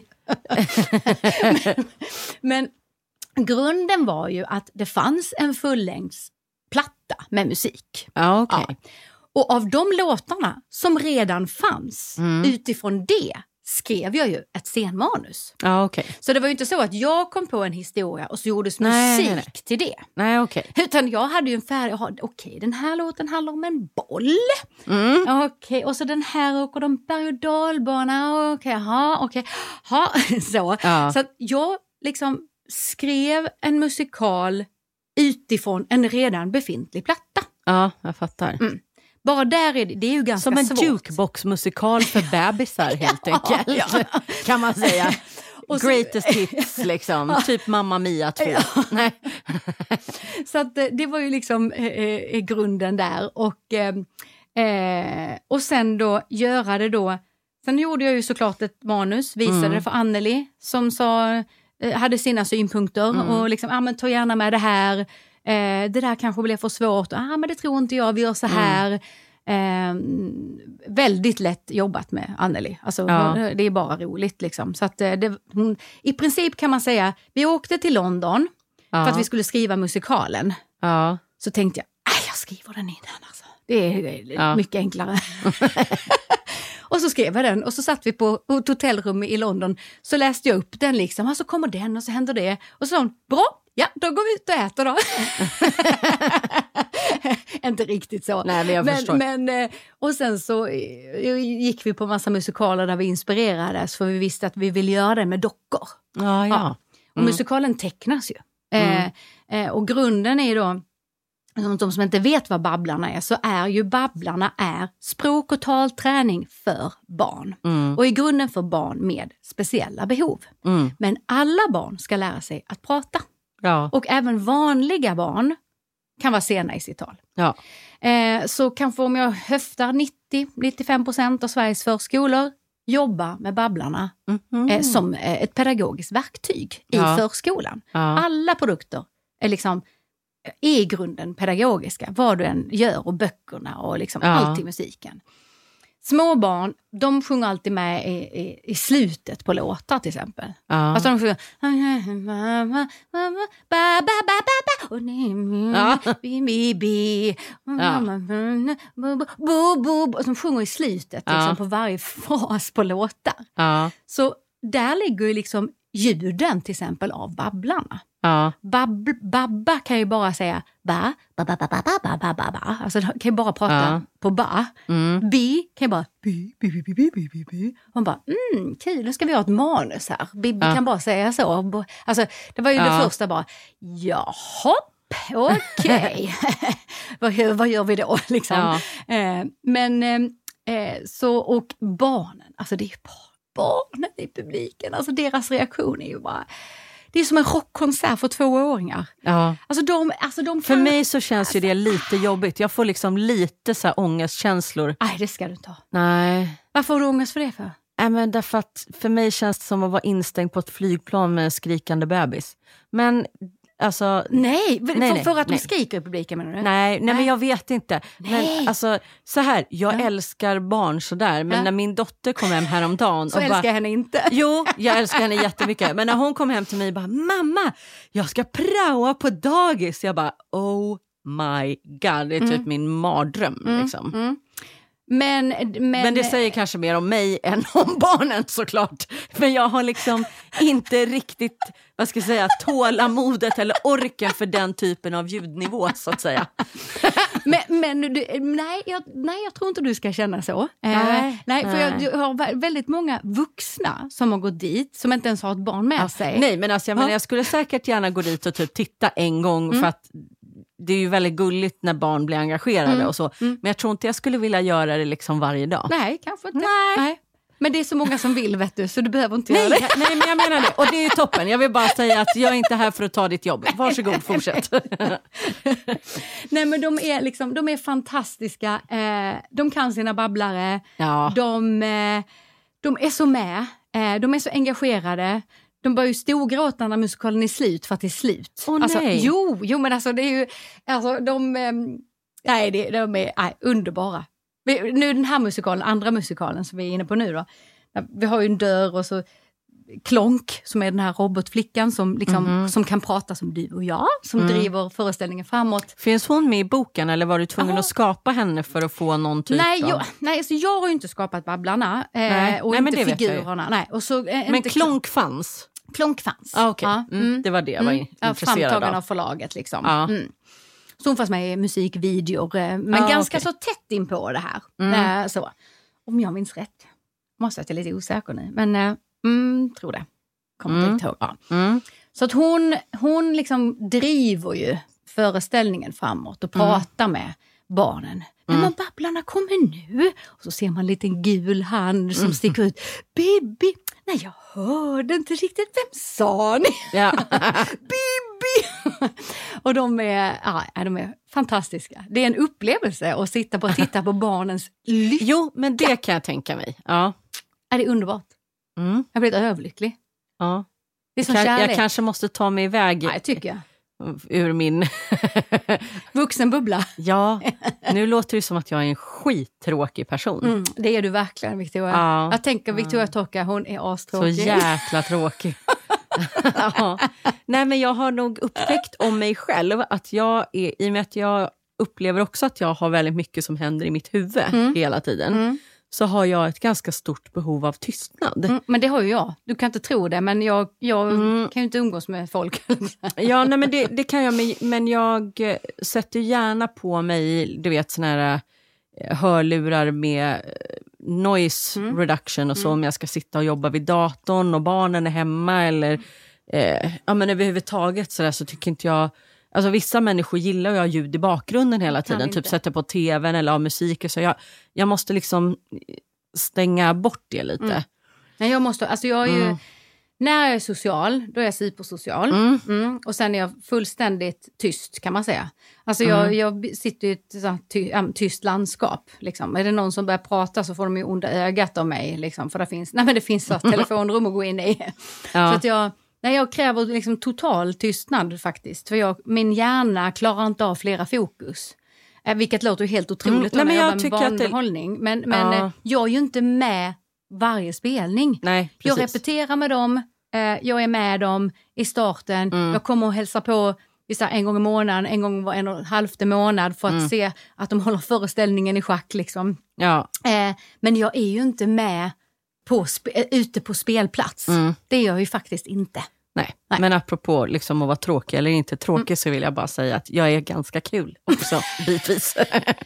Speaker 4: men, men grunden var ju att det fanns en fullängdsplatta med musik.
Speaker 3: Ja, okay.
Speaker 4: ja. Och av de låtarna som redan fanns, mm. utifrån det skrev jag ju ett scenmanus.
Speaker 3: Ja, okay.
Speaker 4: Så det var ju inte så att jag kom på en historia och så gjordes
Speaker 3: nej,
Speaker 4: musik
Speaker 3: nej, nej.
Speaker 4: till det.
Speaker 3: Nej, okej. Okay.
Speaker 4: Utan jag hade ju en färdig, okej, okay, den här låten handlar om en boll.
Speaker 3: Mm.
Speaker 4: Okej, okay, och så den här åker de berg- och dalbana. Okej, okay, ja, okej. Okay. Så. Ja. Så att jag liksom skrev en musikal utifrån en redan befintlig platta.
Speaker 3: Ja, jag fattar.
Speaker 4: Mm. Bara där är det, det är ju ganska
Speaker 3: svårt.
Speaker 4: svårt.
Speaker 3: Som en jukebox-musikal för bebisar helt enkelt.
Speaker 4: Ja.
Speaker 3: Kan man säga. Och så, greatest hits liksom. Ja. Typ Mamma Mia två. Ja. Nej.
Speaker 4: Så att det var ju liksom eh, grunden där. Och, eh, och sen då göra det då. Sen gjorde jag ju såklart ett manus. Visade mm. det för Anneli som sa, eh, hade sina synpunkter. Mm. Och liksom, ja ah, men ta gärna med det här. Eh, det där kanske blir för svårt. Ja, ah, men det tror inte jag. Vi gör så här. Mm. Eh, väldigt lätt jobbat med Anneli. Alltså, ja. Det är bara roligt liksom. Så att, det, hon, i princip kan man säga, vi åkte till London ja. för att vi skulle skriva musikalen.
Speaker 3: Ja.
Speaker 4: Så tänkte jag, jag skriver den innan alltså. Det är, det är ja. mycket enklare. Och så skrev jag den och så satt vi på ett hotellrum i London. Så läste jag upp den liksom. Och så kommer den och så händer det. Och så sa hon, bra. Ja, då går vi ut och äter då. Inte riktigt så.
Speaker 3: Nej, men jag
Speaker 4: men,
Speaker 3: förstår.
Speaker 4: Men, och sen så gick vi på massa musikaler där vi inspirerades. För vi visste att vi ville göra det med dockor.
Speaker 3: Ja, ja. ja.
Speaker 4: Och mm. musikalen tecknas ju. Mm. Eh, och grunden är ju då, de som inte vet vad Babblarna är, så är ju Babblarna är språk- och talträning för barn. Mm. Och i grunden för barn med speciella behov. Mm. Men alla barn ska lära sig att prata.
Speaker 3: Ja.
Speaker 4: Och även vanliga barn kan vara sena i sitt tal.
Speaker 3: Ja.
Speaker 4: Eh, så kanske om jag höftar nittio till nittiofem procent av Sveriges förskolor jobbar med Babblarna mm-hmm. eh, som eh, ett pedagogiskt verktyg i ja. förskolan. Ja. Alla produkter är liksom i grunden pedagogiska. Vad du än gör och böckerna och liksom ja. allt i musiken. Små barn, de sjunger alltid med i, i, i slutet på låtar till exempel. Ja. Alltså de sjunger ba ba ba ba ba och bi bi bi bo bo och de sjunger i slutet liksom ja. på varje fras på låtar.
Speaker 3: Ja.
Speaker 4: Så där ligger ju liksom ljuden till exempel av Babblarna.
Speaker 3: Ja.
Speaker 4: Bab, babba kan ju bara säga ba, ba, ba, ba, ba, ba, ba, ba, ba. Alltså kan ju bara prata ja. på ba. Mm. Bi kan ju bara bi, bi, bi, bi, bi, bi, bi. Man bara, mm, kul, nu ska vi ha ett manus här. Bibi ja. kan bara säga så. Alltså, det var ju ja. det första bara, jaha, okej. Okay. vad, vad gör vi då liksom? Ja. Eh, men, eh, så, och barnen, alltså det är ju barn. barnen i publiken, alltså deras reaktion är ju bara... Det är som en rockkonsert för tvååringar.
Speaker 3: Ja.
Speaker 4: Alltså de, alltså de kan...
Speaker 3: För mig så känns ju det lite jobbigt. Jag får liksom lite så här ångestkänslor.
Speaker 4: Nej, det ska du inte ha.
Speaker 3: Nej.
Speaker 4: Varför har du ångest för det för?
Speaker 3: Nej, men därför att för mig känns det som att vara instängd på ett flygplan med en skrikande bebis. Men alltså...
Speaker 4: Nej,
Speaker 3: nej,
Speaker 4: för,
Speaker 3: nej,
Speaker 4: för att
Speaker 3: nej.
Speaker 4: de skriker i publiken, menar du?
Speaker 3: Nej, nej, nej, men jag vet inte.
Speaker 4: Nej.
Speaker 3: Men alltså, så här, jag
Speaker 4: Ja.
Speaker 3: älskar barn sådär. Men
Speaker 4: Ja.
Speaker 3: när min dotter kom hem häromdagen...
Speaker 4: Så
Speaker 3: och
Speaker 4: älskar
Speaker 3: bara,
Speaker 4: jag henne inte.
Speaker 3: Jo, jag älskar henne jättemycket. Men när hon kom hem till mig och bara, mamma, jag ska praoa på dagis. Jag bara, oh my god, det är typ
Speaker 4: Mm.
Speaker 3: min mardröm.
Speaker 4: Mm,
Speaker 3: Liksom.
Speaker 4: mm. Men, men,
Speaker 3: Men det säger kanske mer om mig än om barnen såklart. Men jag har liksom inte riktigt, vad ska jag säga, tålamodet eller orken för den typen av ljudnivå så att säga.
Speaker 4: men, men du, nej, jag, nej, jag tror inte du ska känna så.
Speaker 3: Nej,
Speaker 4: eh, nej, för
Speaker 3: nej.
Speaker 4: Jag, jag har vä- väldigt många vuxna som har gått dit som inte ens har ett barn med
Speaker 3: Ja,
Speaker 4: sig.
Speaker 3: nej, men alltså jag, menar,
Speaker 4: Ja.
Speaker 3: jag skulle säkert gärna gå dit och typ titta en gång
Speaker 4: Mm.
Speaker 3: för att det är ju väldigt gulligt när barn blir engagerade
Speaker 4: Mm.
Speaker 3: och så.
Speaker 4: Mm.
Speaker 3: Men jag tror inte jag skulle vilja göra det liksom varje dag.
Speaker 4: Nej, kanske inte.
Speaker 3: Nej.
Speaker 4: Men det är så många som vill, vet du, så du behöver inte göra
Speaker 3: Nej,
Speaker 4: det.
Speaker 3: jag- nej, men jag menar det. Och det är ju toppen. Jag vill bara säga att jag är inte här för att ta ditt jobb. Varsågod, fortsätt.
Speaker 4: Nej, men de är, liksom, de är fantastiska. Eh, de kan sina babblare.
Speaker 3: Ja.
Speaker 4: De, eh, de är så med. Eh, de är så engagerade. De börjar ju storgråta när musikalen är slut för att det är slut.
Speaker 3: Åh,
Speaker 4: alltså,
Speaker 3: nej.
Speaker 4: Jo, jo, men alltså det är ju... Alltså, de, eh, nej, det, de är nej, underbara. Vi, nu den här musikalen, andra musikalen som vi är inne på nu då. Vi har ju en dörr och så Klonk som är den här robotflickan som, liksom,
Speaker 3: Mhm.
Speaker 4: som kan prata som du och jag. Som
Speaker 3: Mm.
Speaker 4: driver föreställningen framåt.
Speaker 3: Finns hon med i boken eller var du tvungen
Speaker 4: Aha.
Speaker 3: att skapa henne för att få någon typ
Speaker 4: Nej,
Speaker 3: av...
Speaker 4: jag, nej alltså jag har ju inte skapat Babblarna eh,
Speaker 3: Nej.
Speaker 4: och
Speaker 3: Nej, men
Speaker 4: inte
Speaker 3: det vet jag ju.
Speaker 4: figurerna. Nej, och så, eh,
Speaker 3: Men
Speaker 4: inte
Speaker 3: Klonk fanns?
Speaker 4: Klonk fanns.
Speaker 3: Ah, okej.
Speaker 4: Ja,
Speaker 3: Mm, det var det jag var
Speaker 4: Mm. Ja,
Speaker 3: intresserad
Speaker 4: framtagen
Speaker 3: av.
Speaker 4: av förlaget liksom.
Speaker 3: Ja.
Speaker 4: Mm. Så hon fanns med i musikvideor, eh, men
Speaker 3: Ah,
Speaker 4: ganska
Speaker 3: okej.
Speaker 4: så tätt in på det här.
Speaker 3: Mm.
Speaker 4: Eh, så. Om jag minns rätt. Måste jag vara lite osäker nu, men eh, mm, tror det. Kommer
Speaker 3: Mm.
Speaker 4: inte ihåg. Ja.
Speaker 3: Mm.
Speaker 4: Så att hon, hon liksom driver ju föreställningen framåt och pratar med barnen. Men
Speaker 3: Mm.
Speaker 4: Babblarna kommer nu. Och så ser man en liten gul hand som sticker ut. Bibi! Nej, jag hörde inte riktigt. Vem sa ni?
Speaker 3: Ja.
Speaker 4: Bibi! Och de är, ja, de är fantastiska. Det är en upplevelse att sitta på och titta på barnens lycka.
Speaker 3: Jo, men det kan jag tänka mig. Ja.
Speaker 4: Ja, det är underbart.
Speaker 3: Mm.
Speaker 4: Jag blir överlycklig.
Speaker 3: Ja.
Speaker 4: Det är som
Speaker 3: Kan,
Speaker 4: kärlek.
Speaker 3: jag kanske måste ta mig iväg
Speaker 4: Nej, tycker jag.
Speaker 3: ur min...
Speaker 4: Vuxenbubbla.
Speaker 3: Ja, nu låter det som att jag är en skittråkig person.
Speaker 4: Mm, det är du verkligen, Victoria.
Speaker 3: Ja.
Speaker 4: Jag tänker Victoria Tocka, hon är
Speaker 3: Så
Speaker 4: astråkig.
Speaker 3: jäkla tråkig. Ja. Nej, men jag har nog upptäckt om mig själv att jag är, i och med att jag upplever också att jag har väldigt mycket som händer i mitt huvud
Speaker 4: Mm.
Speaker 3: hela tiden,
Speaker 4: Mm.
Speaker 3: så har jag ett ganska stort behov av tystnad.
Speaker 4: Mm, men det har ju jag. Du kan inte tro det, men jag, jag
Speaker 3: Mm.
Speaker 4: kan ju inte umgås med folk.
Speaker 3: Ja, nej, men det, det kan jag, men- men jag eh, sätter gärna på mig, du vet, såna här eh, hörlurar med eh, noise
Speaker 4: Mm.
Speaker 3: reduction och så, om jag ska sitta och jobba vid datorn och barnen är hemma eller eh, ja, men överhuvudtaget så där, så tycker inte jag, alltså vissa människor gillar ju att ha ljud i bakgrunden hela
Speaker 4: Kan
Speaker 3: tiden,
Speaker 4: inte.
Speaker 3: typ sätta på tvn eller ha musik, så jag, jag måste liksom stänga bort det lite.
Speaker 4: Mm. Nej, jag måste, alltså jag är ju,
Speaker 3: Mm.
Speaker 4: när jag är social, då är jag supersocial.
Speaker 3: Mm.
Speaker 4: Mm. Och sen är jag fullständigt tyst, kan man säga. Alltså jag,
Speaker 3: Mm.
Speaker 4: jag sitter i ett så här ty, äm, tyst landskap. Liksom. Är det någon som börjar prata så får de ju onda ögat av mig. Liksom, för det finns, nej, men det finns så här telefonrum att gå in i.
Speaker 3: Ja.
Speaker 4: Så att jag, nej, jag kräver liksom total tystnad faktiskt. För jag, min hjärna klarar inte av flera fokus. Eh, vilket låter ju helt otroligt
Speaker 3: Mm.
Speaker 4: om
Speaker 3: Nej, men
Speaker 4: jag
Speaker 3: jag
Speaker 4: jobbar med
Speaker 3: tycker att det-
Speaker 4: barnunderhållning. Men, men
Speaker 3: Ja.
Speaker 4: eh, jag är ju inte med varje spelning.
Speaker 3: Nej,
Speaker 4: Jag
Speaker 3: precis.
Speaker 4: repeterar med dem, eh, jag är med dem i starten.
Speaker 3: Mm.
Speaker 4: Jag kommer och hälsar på vissa, en gång i månaden, en gång var en och en halvte månad för att
Speaker 3: Mm.
Speaker 4: se att de håller föreställningen i schack. Liksom.
Speaker 3: Ja.
Speaker 4: Eh, men jag är ju inte med på spe- eh, ute på spelplats.
Speaker 3: Mm.
Speaker 4: Det gör jag ju faktiskt inte.
Speaker 3: Nej.
Speaker 4: Nej.
Speaker 3: Men apropå liksom att vara tråkig eller inte tråkig,
Speaker 4: Mm.
Speaker 3: så vill jag bara säga att jag är ganska kul också, bitvis.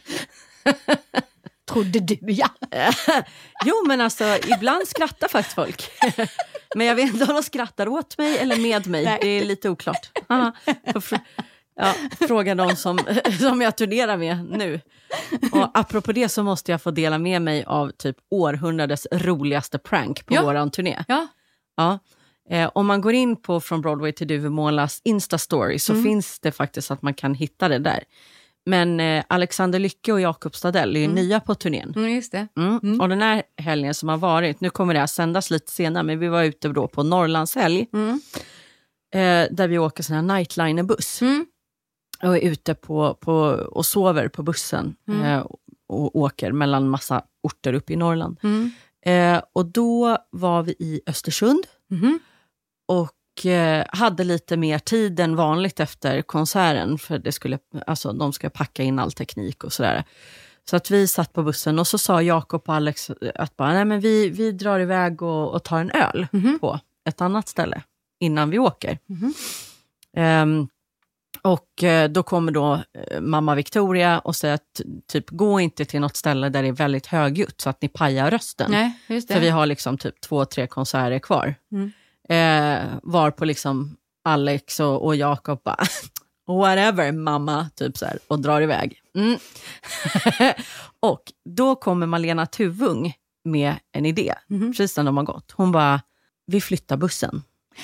Speaker 4: Trodde du, ja.
Speaker 3: Jo, men alltså, ibland skrattar faktiskt folk. Men jag vet inte om de skrattar åt mig eller med mig.
Speaker 4: Nej.
Speaker 3: Det är lite oklart. Aha. Ja, fråga de som, som jag turnerar med nu. Och apropå det så måste jag få dela med mig av typ århundradets roligaste prank på
Speaker 4: ja.
Speaker 3: våran turné.
Speaker 4: Ja.
Speaker 3: Ja. Eh, om man går in på From Broadway till Duvemålas Insta-story så mm. finns det faktiskt att man kan hitta det där. Men eh, Alexander Lycke och Jakob Stadell är ju mm. nya på turnén.
Speaker 4: Mm, just det.
Speaker 3: Mm. Mm. Och den här helgen som har varit, nu kommer det att sändas lite senare, men vi var ute då på Norrlandshelg. Mm. Eh, där vi åker sån här nightliner-buss. Mm. Och är ute på, på, och sover på bussen. Mm. Eh, och åker mellan massa orter uppe i Norrland. Mm. Eh, och då var vi i Östersund. Mm. Och eh, hade lite mer tid än vanligt efter konserten. För det skulle, alltså, de ska packa in all teknik och sådär. Så att vi satt på bussen och så sa Jakob och Alex att bara, nej men vi, vi drar iväg och, och tar en öl mm. på ett annat ställe innan vi åker. Mm. Um, och då kommer då uh, mamma Victoria och säger att typ gå inte till något ställe där det är väldigt högljutt så att ni pajar rösten.
Speaker 4: Nej, just det.
Speaker 3: För vi har liksom typ två, tre konserter kvar. Mm. Uh, var på liksom Alex och, och Jakob bara, whatever mamma, typ så här, och drar iväg. Mm. Och då kommer Malena Tuvung med en idé, mm. precis när de har gått. Hon bara, vi flyttar bussen.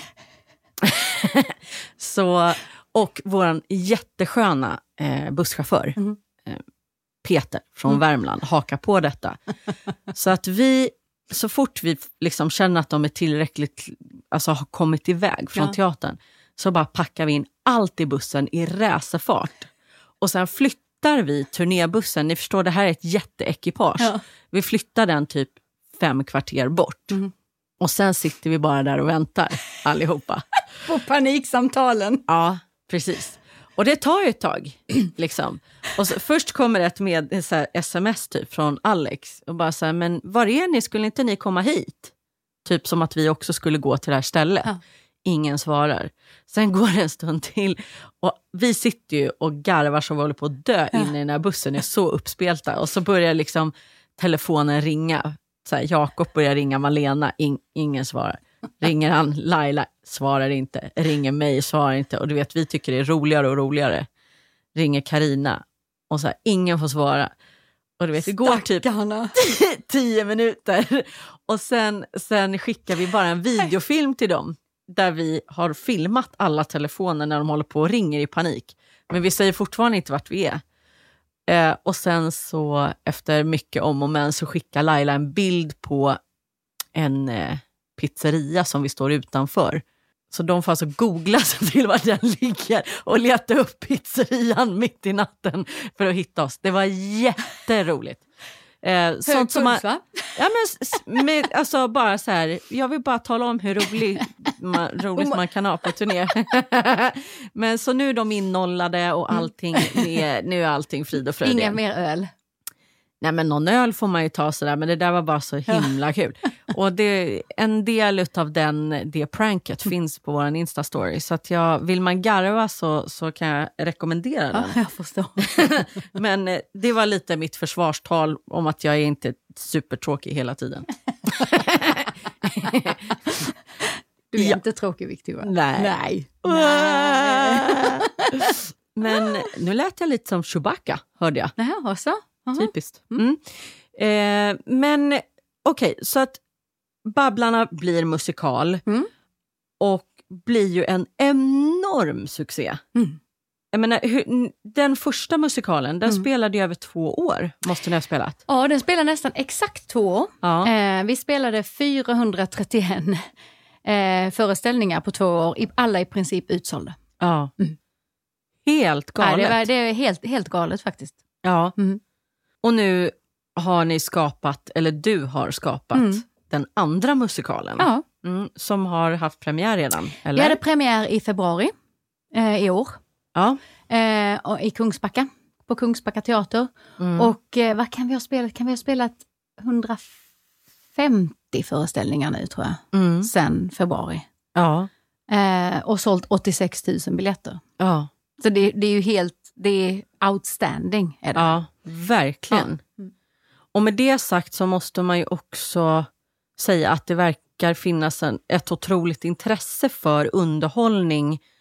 Speaker 3: Så, och våran jättesköna eh, busschaufför mm. eh, Peter från mm. Värmland hakar på detta. Så att vi, så fort vi liksom känner att de är tillräckligt, alltså har kommit iväg från ja. teatern, så bara packar vi in allt i bussen i racerfart. Och sen flyttar vi turnébussen. Ni förstår, det här är ett jätteekipage. Ja. Vi flyttar den typ fem kvarter bort. Mm. Och sen sitter vi bara där och väntar allihopa.
Speaker 4: På paniksamtalen.
Speaker 3: Ja, precis. Och det tar ju ett tag. Liksom. Och så, först kommer ett med så här, sms typ från Alex. Och bara så här, men var är ni? Skulle inte ni komma hit? Typ som att vi också skulle gå till det här stället. Ja. Ingen svarar. Sen går det en stund till. Och vi sitter ju och garvar som vi håller på att dö ja. inne i den här bussen. Är så uppspelta. Och så börjar liksom telefonen ringa. Så här, Jakob börjar ringa Malena. In, ingen svarar. Ringer han Laila, svarar inte. Ringer mig, svarar inte. Och du vet, vi tycker det är roligare och roligare. Ringer Karina. Och så här, ingen får svara. Och du vet, det går typ tio minuter. Och sen, sen skickar vi bara en videofilm till dem. Där vi har filmat alla telefoner när de håller på och ringer i panik. Men vi säger fortfarande inte vart vi är. Eh, och sen så efter mycket om och men så skickar Laila en bild på en eh, pizzeria som vi står utanför. Så de får alltså googla sig till var den ligger och leta upp pizzerian mitt i natten för att hitta oss. Det var jätteroligt. Eh, sånt som man, ja, men, med, alltså bara så här, jag vill bara tala om hur rolig, man, roligt man kan ha på turné. Men så nu är de innollade och allting, är, nu är allting frid och fröjd.
Speaker 4: Inga mer öl.
Speaker 3: Nej, men någon öl får man ju ta sådär, men det där var bara så himla kul. Och det, en del av den, det pranket finns på våran Insta-story. Så att jag, vill man garva så, så kan jag rekommendera den.
Speaker 4: Ja, jag förstår.
Speaker 3: Men eh, det var lite mitt försvarstal om att jag är inte supertråkig hela tiden.
Speaker 4: Du är
Speaker 3: ja.
Speaker 4: inte tråkig, Victoria.
Speaker 3: Nej.
Speaker 4: Nej. Nej.
Speaker 3: Men nu lät jag lite som Chewbacca, hörde jag.
Speaker 4: Nej, också. Uh-huh.
Speaker 3: Typiskt. Mm. Eh, men okej, okay, så att Babblarna blir musikal mm. och blir ju en enorm succé. Mm. Jag menar, hur, den första musikalen, den mm. spelade ju över två år, måste ni ha spelat.
Speaker 4: Ja, den spelade nästan exakt två år. Ja. Eh, vi spelade fyrahundratrettioen eh, föreställningar på två år, alla i princip utsålda.
Speaker 3: Ja. Mm. Helt galet.
Speaker 4: Ja, det, var, det är helt, helt galet faktiskt.
Speaker 3: Ja.
Speaker 4: Mm.
Speaker 3: Och nu har ni skapat, eller du har skapat, mm. den andra musikalen.
Speaker 4: Ja.
Speaker 3: Mm, som har haft premiär redan, eller?
Speaker 4: Vi hade premiär i februari eh, i år.
Speaker 3: Ja.
Speaker 4: Eh, och i Kungsbacka, på Kungsbacka teater. Mm. Och eh, vad kan vi ha spelat? Kan vi ha spelat hundrafemtio föreställningar nu, tror jag. Mm. Sen februari.
Speaker 3: Ja.
Speaker 4: Eh, och sålt åttiosex tusen biljetter.
Speaker 3: Ja.
Speaker 4: Så det, det är ju helt, det är outstanding. Är det?
Speaker 3: Ja, verkligen. Ja. Mm. Och med det sagt så måste man ju också säga att det verkar finnas en, ett otroligt intresse för underhållning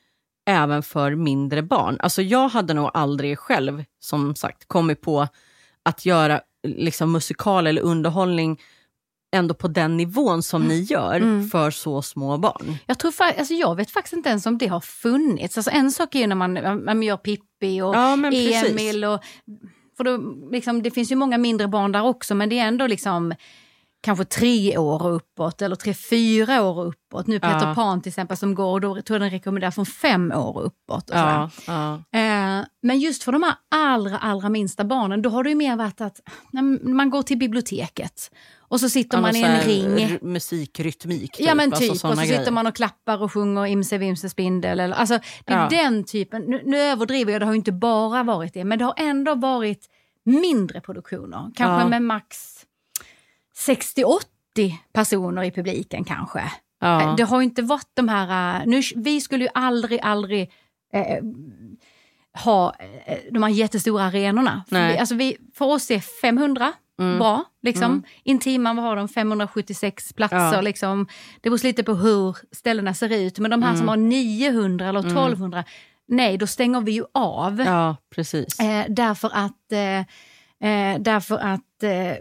Speaker 3: även för mindre barn. Alltså jag hade nog aldrig själv, som sagt, kommit på att göra liksom musikal eller underhållning ändå på den nivån som mm. ni gör mm. för så små barn.
Speaker 4: Jag tror fa- alltså jag vet faktiskt inte ens om det har funnits. Alltså en sak är ju när man, man gör Pippi och ja, Emil och för då, liksom, det finns ju många mindre barn där också, men det är ändå liksom kanske tre år uppåt eller tre, fyra år uppåt. Nu Peter ja. Pan till exempel som går, då tror jag den rekommenderar från fem år uppåt. Och
Speaker 3: ja, ja.
Speaker 4: Eh, men just för de här allra, allra minsta barnen, då har det ju mer varit att när man går till biblioteket och så sitter ja, man i en ring.
Speaker 3: R- musikrytmik. Typ.
Speaker 4: Ja men typ,
Speaker 3: alltså,
Speaker 4: och så
Speaker 3: grejer.
Speaker 4: sitter man och klappar och sjunger Imse Vimse Spindel. Eller, alltså det är ja. den typen, nu, nu överdriver jag, det har ju inte bara varit det, men det har ändå varit mindre produktioner. Kanske ja. med max sextio åttio personer i publiken kanske. Ja. Det har ju inte varit de här... Nu, vi skulle ju aldrig, aldrig eh, ha eh, de här jättestora arenorna. För, vi, alltså vi, för oss är femhundra mm. bra. Liksom. Mm. Intiman, vad har de? femhundrasjuttiosex platser. Ja. Liksom. Det beror lite på hur ställena ser ut. Men de här mm. som har niohundra eller tolvhundra, mm. nej, då stänger vi ju av.
Speaker 3: Ja, precis.
Speaker 4: Eh, därför att... Eh, Eh, därför att eh,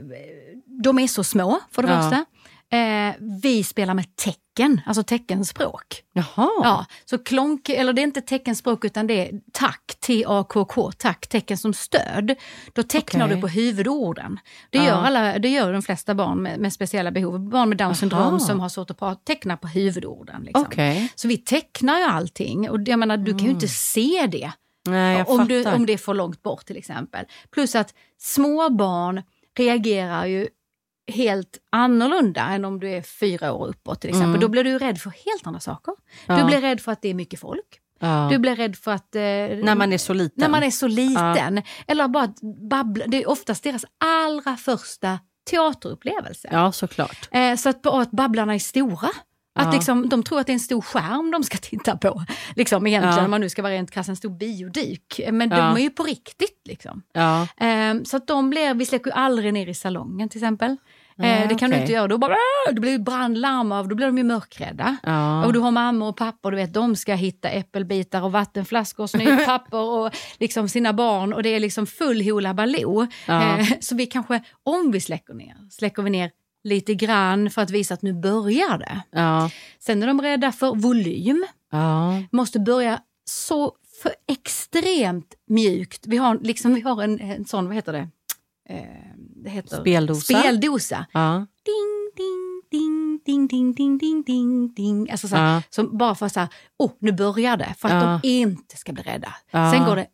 Speaker 4: de är så små för det ja. första. Eh, vi spelar med tecken, alltså teckenspråk.
Speaker 3: Jaha.
Speaker 4: Ja, så klonk, eller det är inte teckenspråk utan det är tack, T A K K, tack, tecken som stöd. Då tecknar okay. du på huvudorden. Det ja. gör, alla, det gör de flesta barn med, med speciella behov. Barn med Down syndrom Aha. som har svårt att prata, teckna på huvudorden. Liksom.
Speaker 3: Okay.
Speaker 4: Så vi tecknar ju allting och jag menar, du mm. kan ju inte se det.
Speaker 3: Nej, jag
Speaker 4: om, du, om det är för långt bort till exempel. Plus att små barn reagerar ju helt annorlunda än om du är fyra år uppåt till exempel. Mm. Då blir du rädd för helt andra saker. Ja. Du blir rädd för att det är mycket folk. Ja. Du blir rädd för att... Eh,
Speaker 3: när man är så liten.
Speaker 4: När man är så liten. Ja. Eller bara att babbla. Det är oftast deras allra första teaterupplevelse.
Speaker 3: Ja, såklart.
Speaker 4: Eh, så att, att babblarna är stora. Att ja. liksom, de tror att det är en stor skärm de ska titta på. Liksom, egentligen, ja. om man nu ska vara rent krass, en stor biodyk. Men ja. de är ju på riktigt. Liksom. Ja. Um, så att de blir, vi släcker ju aldrig ner i salongen till exempel. Ja, uh, det kan okay. du inte göra. Då, bara, då blir det brandlarm av, då blir de ju mörkrädda. Ja. Och du har mamma och pappa, du vet, de ska hitta äppelbitar och vattenflaskor och snyggt papper och liksom sina barn. Och det är liksom full hula baloo. Ja. Uh, så vi kanske, om vi släcker ner, släcker vi ner lite grann för att visa att nu börjar det. Ja. Sen är de rädda för volym. Ja. Måste börja så för extremt mjukt. Vi har, liksom, vi har en, en sån, vad heter det? Eh, det heter
Speaker 3: speldosa.
Speaker 4: Speldosa. Ja. Ding, ding, ding, ding, ding, ding, ding, ding, ding. Alltså så, ja. så bara för att säga, åh, nu börjar det. För att ja. de inte ska bli rädda. Ja. Sen går det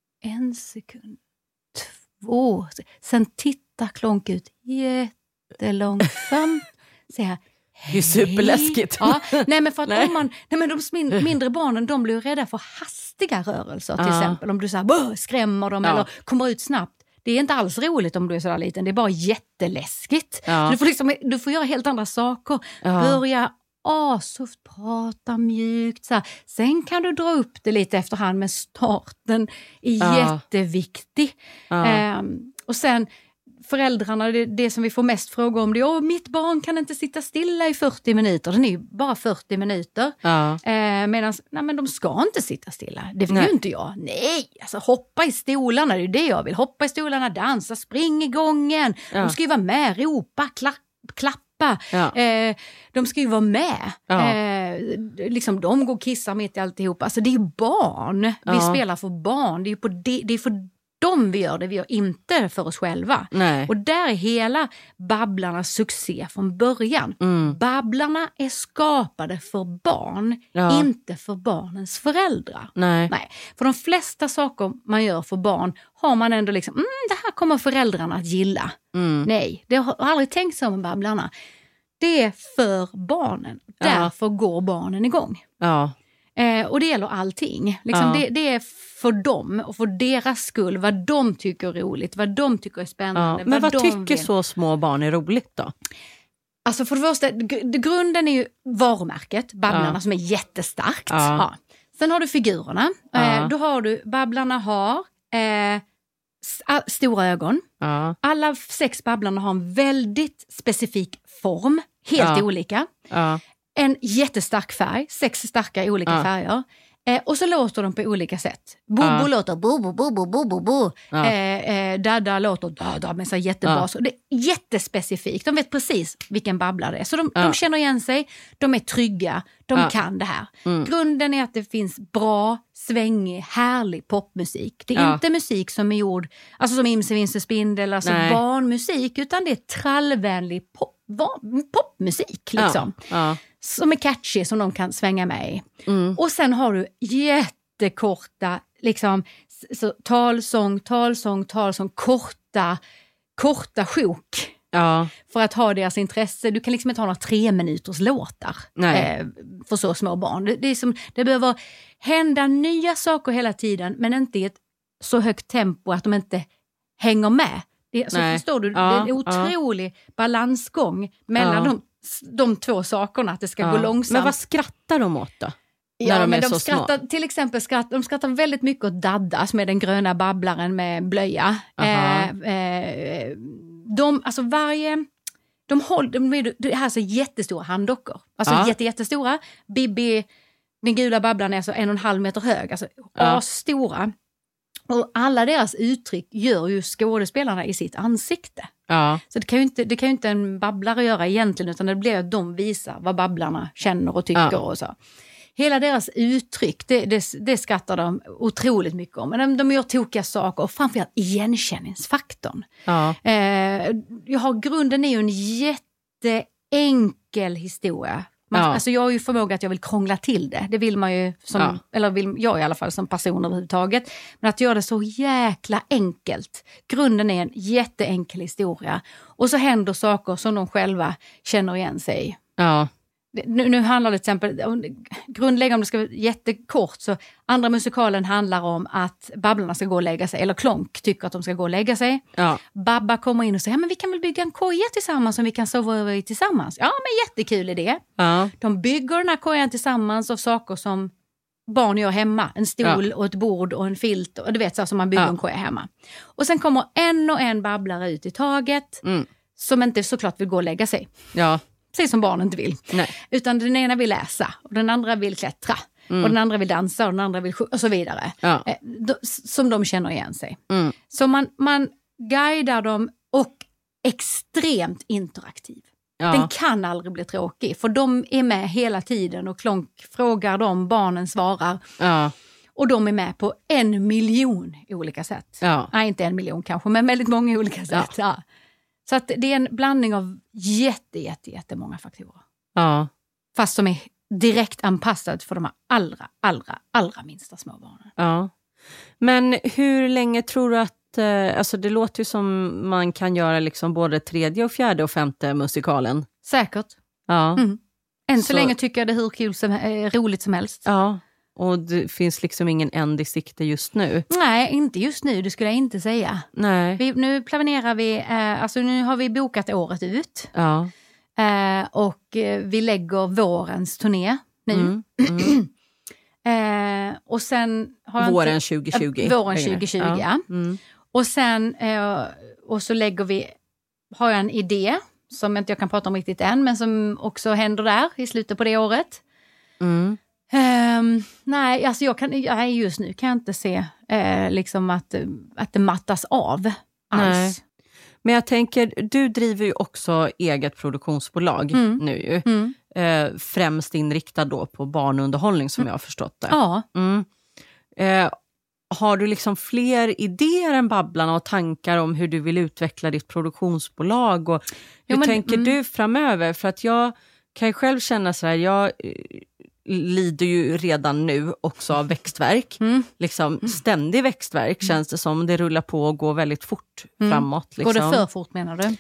Speaker 4: en sekund, två, sen tittar Klonk ut jätte det är långsamt. Så här,
Speaker 3: det är superläskigt.
Speaker 4: Ja, nej men för att nej. om man, nej men de mindre barnen, de blir rädda för hastiga rörelser till ja. exempel. Om du så här, skrämmer dem ja. eller kommer ut snabbt. Det är inte alls roligt om du är så där liten. Det är bara jätteläskigt. Ja. Du får liksom, du får göra helt andra saker. Ja. Börja asoft, prata mjukt. Så här. Sen kan du dra upp det lite efterhand, men starten är ja. jätteviktig. Ja. Um, och sen föräldrarna, det, det som vi får mest frågor om det är, mitt barn kan inte sitta stilla i fyrtio minuter. Den är ju bara fyrtio minuter. Ja. Eh, Medan, nej men de ska inte sitta stilla. Det vill nej. ju inte jag. Nej, alltså hoppa i stolarna, det är ju det jag vill. Hoppa i stolarna, dansa, spring i gången. Ja. De ska ju vara med, ropa, klapp, klappa. Ja. Eh, de ska ju vara med. Ja. Eh, liksom, de går och kissar mitt i alltihop. Alltså det är ju barn. Ja. Vi spelar för barn. Det är ju på det, det är för de vi gör det, vi gör inte för oss själva. Nej. Och där är hela Babblarnas succé från början. Mm. Babblarna är skapade för barn, ja. inte för barnens föräldrar. Nej. Nej. För de flesta saker man gör för barn har man ändå liksom, mm, det här kommer föräldrarna att gilla. Mm. Nej, det har aldrig tänkt så med Babblarna. Det är för barnen. Därför ja. går barnen igång. Ja. Eh, och det gäller allting. Liksom ja. det, det är för dem och för deras skull, vad de tycker är roligt, vad de tycker är spännande.
Speaker 3: Ja. Men vad,
Speaker 4: vad
Speaker 3: tycker
Speaker 4: vill.
Speaker 3: så små barn är roligt då?
Speaker 4: Alltså för det första, g- grunden är ju varumärket, Babblarna, ja. som är jättestarkt. Ja. Ja. Sen har du figurerna. Ja. Eh, då har du, Babblarna har eh, st- stora ögon. Ja. Alla sex Babblarna har en väldigt specifik form, helt ja. olika. Ja. En jättestark färg, sex starka olika ja. färger. Eh, och så låter de på olika sätt. Bobo
Speaker 3: Ja.
Speaker 4: låter bobo, bobo, bobo, bo.
Speaker 3: Ja.
Speaker 4: Eh, eh, Dada låter dada med så jättebra.
Speaker 3: Ja.
Speaker 4: Så det är jättespecifikt. De vet precis vilken babblar det är. Så de,
Speaker 3: Ja.
Speaker 4: de känner igen sig, de är trygga, de
Speaker 3: Ja.
Speaker 4: kan det här.
Speaker 3: Mm.
Speaker 4: Grunden är att det finns bra, svängig, härlig popmusik. Det är
Speaker 3: Ja.
Speaker 4: inte musik som är gjord, alltså som Imse Vinse Spindel, alltså
Speaker 3: Nej.
Speaker 4: barnmusik, utan det är trallvänlig pop, va, popmusik liksom.
Speaker 3: Ja. Ja.
Speaker 4: Som är catchy, som de kan svänga med i.
Speaker 3: Mm.
Speaker 4: Och sen har du jättekorta, liksom, så, talsång, talsång, talsång, korta, korta sjok.
Speaker 3: Ja.
Speaker 4: För att ha deras intresse. Du kan liksom inte ha några tre minuters låtar eh, för så små barn. Det, det, är som, det behöver hända nya saker hela tiden, men inte i ett så högt tempo att de inte hänger med. Det, så
Speaker 3: Nej.
Speaker 4: förstår du,
Speaker 3: Ja,
Speaker 4: det är en otrolig
Speaker 3: ja.
Speaker 4: balansgång mellan
Speaker 3: Ja.
Speaker 4: de, de två sakerna, att det ska
Speaker 3: Ja.
Speaker 4: gå långsamt.
Speaker 3: Men vad skrattar de åt då?
Speaker 4: Ja,
Speaker 3: när de
Speaker 4: men
Speaker 3: är
Speaker 4: de
Speaker 3: så
Speaker 4: skrattar,
Speaker 3: små?
Speaker 4: till exempel skrattar, de skrattar väldigt mycket åt Dadda, som är den gröna babblaren med blöja.
Speaker 3: Aha.
Speaker 4: Eh, eh, de, alltså varje, de håller, de, det här är så jättestora handdockor. Alltså
Speaker 3: Ja.
Speaker 4: jätte, jättestora. Bibi, den gula babblaren är alltså en och en halv meter hög, alltså
Speaker 3: Ja.
Speaker 4: stora. Och alla deras uttryck gör ju skådespelarna i sitt ansikte.
Speaker 3: Ja.
Speaker 4: Så det kan ju inte, det kan ju inte en babblare göra egentligen, utan det blir att de visar vad babblarna känner och tycker
Speaker 3: Ja.
Speaker 4: och så. Hela deras uttryck, det, det, det skattar de otroligt mycket om. Men de, de gör tokiga saker och framförallt igenkänningsfaktorn.
Speaker 3: Ja.
Speaker 4: Eh, jag har, grunden är ju en jätteenkel historia. Man,
Speaker 3: Ja.
Speaker 4: Alltså jag har ju förmåga att jag vill krångla till det. Det vill man ju, som,
Speaker 3: Ja.
Speaker 4: eller vill jag i alla fall som person överhuvudtaget. Men att göra det så jäkla enkelt. Grunden är en jätteenkel historia. Och så händer saker som de själva känner igen sig i.
Speaker 3: Ja.
Speaker 4: Nu, nu handlar det till exempel, om, grundläggande om det ska vara jättekort, så andra musikalen handlar om att babblarna ska gå och lägga sig, eller Klonk tycker att de ska gå och lägga sig.
Speaker 3: Ja.
Speaker 4: Babba kommer in och säger, ja, men vi kan väl bygga en koja tillsammans som vi kan sova över i tillsammans. Ja, men jättekul idé.
Speaker 3: Ja.
Speaker 4: De bygger den här kojan tillsammans av saker som barn gör hemma. En stol
Speaker 3: Ja.
Speaker 4: och ett bord och en filt, och du vet, så som man bygger
Speaker 3: Ja.
Speaker 4: en koja hemma. Och sen kommer en och en babblare ut i taget,
Speaker 3: Mm.
Speaker 4: som inte såklart vill gå och lägga sig.
Speaker 3: Ja.
Speaker 4: Precis som barn inte vill.
Speaker 3: Nej.
Speaker 4: Utan den ena vill läsa och den andra vill klättra.
Speaker 3: Mm.
Speaker 4: Och den andra vill dansa och den andra vill sjunga och så vidare.
Speaker 3: Ja.
Speaker 4: Eh, då, som de känner igen sig.
Speaker 3: Mm.
Speaker 4: Så man, man guidar dem och extremt interaktiv.
Speaker 3: Ja.
Speaker 4: Den kan aldrig bli tråkig, för de är med hela tiden och Klonk frågar dem, barnen svarar.
Speaker 3: Ja.
Speaker 4: Och de är med på en miljon olika sätt.
Speaker 3: Ja.
Speaker 4: Nej, inte en miljon kanske, men väldigt många olika sätt. Ja. Så att det är en blandning av jätte, jätte, jättemånga faktorer.
Speaker 3: Ja.
Speaker 4: Fast som är direkt anpassad för de allra, allra, allra minsta små barnen.
Speaker 3: Ja. Men hur länge tror du att, eh, alltså det låter ju som man kan göra liksom både tredje och fjärde och femte musikalen.
Speaker 4: Säkert.
Speaker 3: Ja.
Speaker 4: Mm. Än så,
Speaker 3: Så-
Speaker 4: länge tycker jag det är hur kul som, eh, roligt som helst.
Speaker 3: Ja. Och det finns liksom ingen änd i sikte just nu.
Speaker 4: Nej, inte just nu, det skulle jag inte säga.
Speaker 3: Nej.
Speaker 4: Vi, nu planerar vi, eh, alltså nu har vi bokat året ut.
Speaker 3: Ja.
Speaker 4: Eh, och eh, vi lägger vårens turné nu.
Speaker 3: Mm. Mm.
Speaker 4: Eh, och sen har jag
Speaker 3: Våren
Speaker 4: inte,
Speaker 3: tjugo tjugo.
Speaker 4: Ja, våren tjugo tjugo, ja.
Speaker 3: Mm.
Speaker 4: Och sen eh, och så lägger vi, har jag en idé som inte jag kan prata om riktigt än, men som också händer där i slutet på det året.
Speaker 3: Mm.
Speaker 4: Um, nej, alltså jag kan, nej, just nu kan jag inte se eh, liksom att, att det mattas av alls.
Speaker 3: Nej. Men jag tänker, du driver ju också eget produktionsbolag
Speaker 4: Mm.
Speaker 3: nu ju.
Speaker 4: Mm.
Speaker 3: Eh, främst inriktad då på barnunderhållning som jag har förstått det.
Speaker 4: Ja.
Speaker 3: Mm. Eh, har du liksom fler idéer än Babblarna och tankar om hur du vill utveckla ditt produktionsbolag? Och hur
Speaker 4: Jo, men-
Speaker 3: tänker
Speaker 4: mm.
Speaker 3: du framöver? För att jag kan ju själv känna så här, jag eh, lider ju redan nu också av växtvärk.
Speaker 4: Mm.
Speaker 3: Liksom ständig växtvärk känns det som. Det rullar på och går väldigt fort
Speaker 4: Mm.
Speaker 3: framåt. Liksom.
Speaker 4: Går det för fort menar du?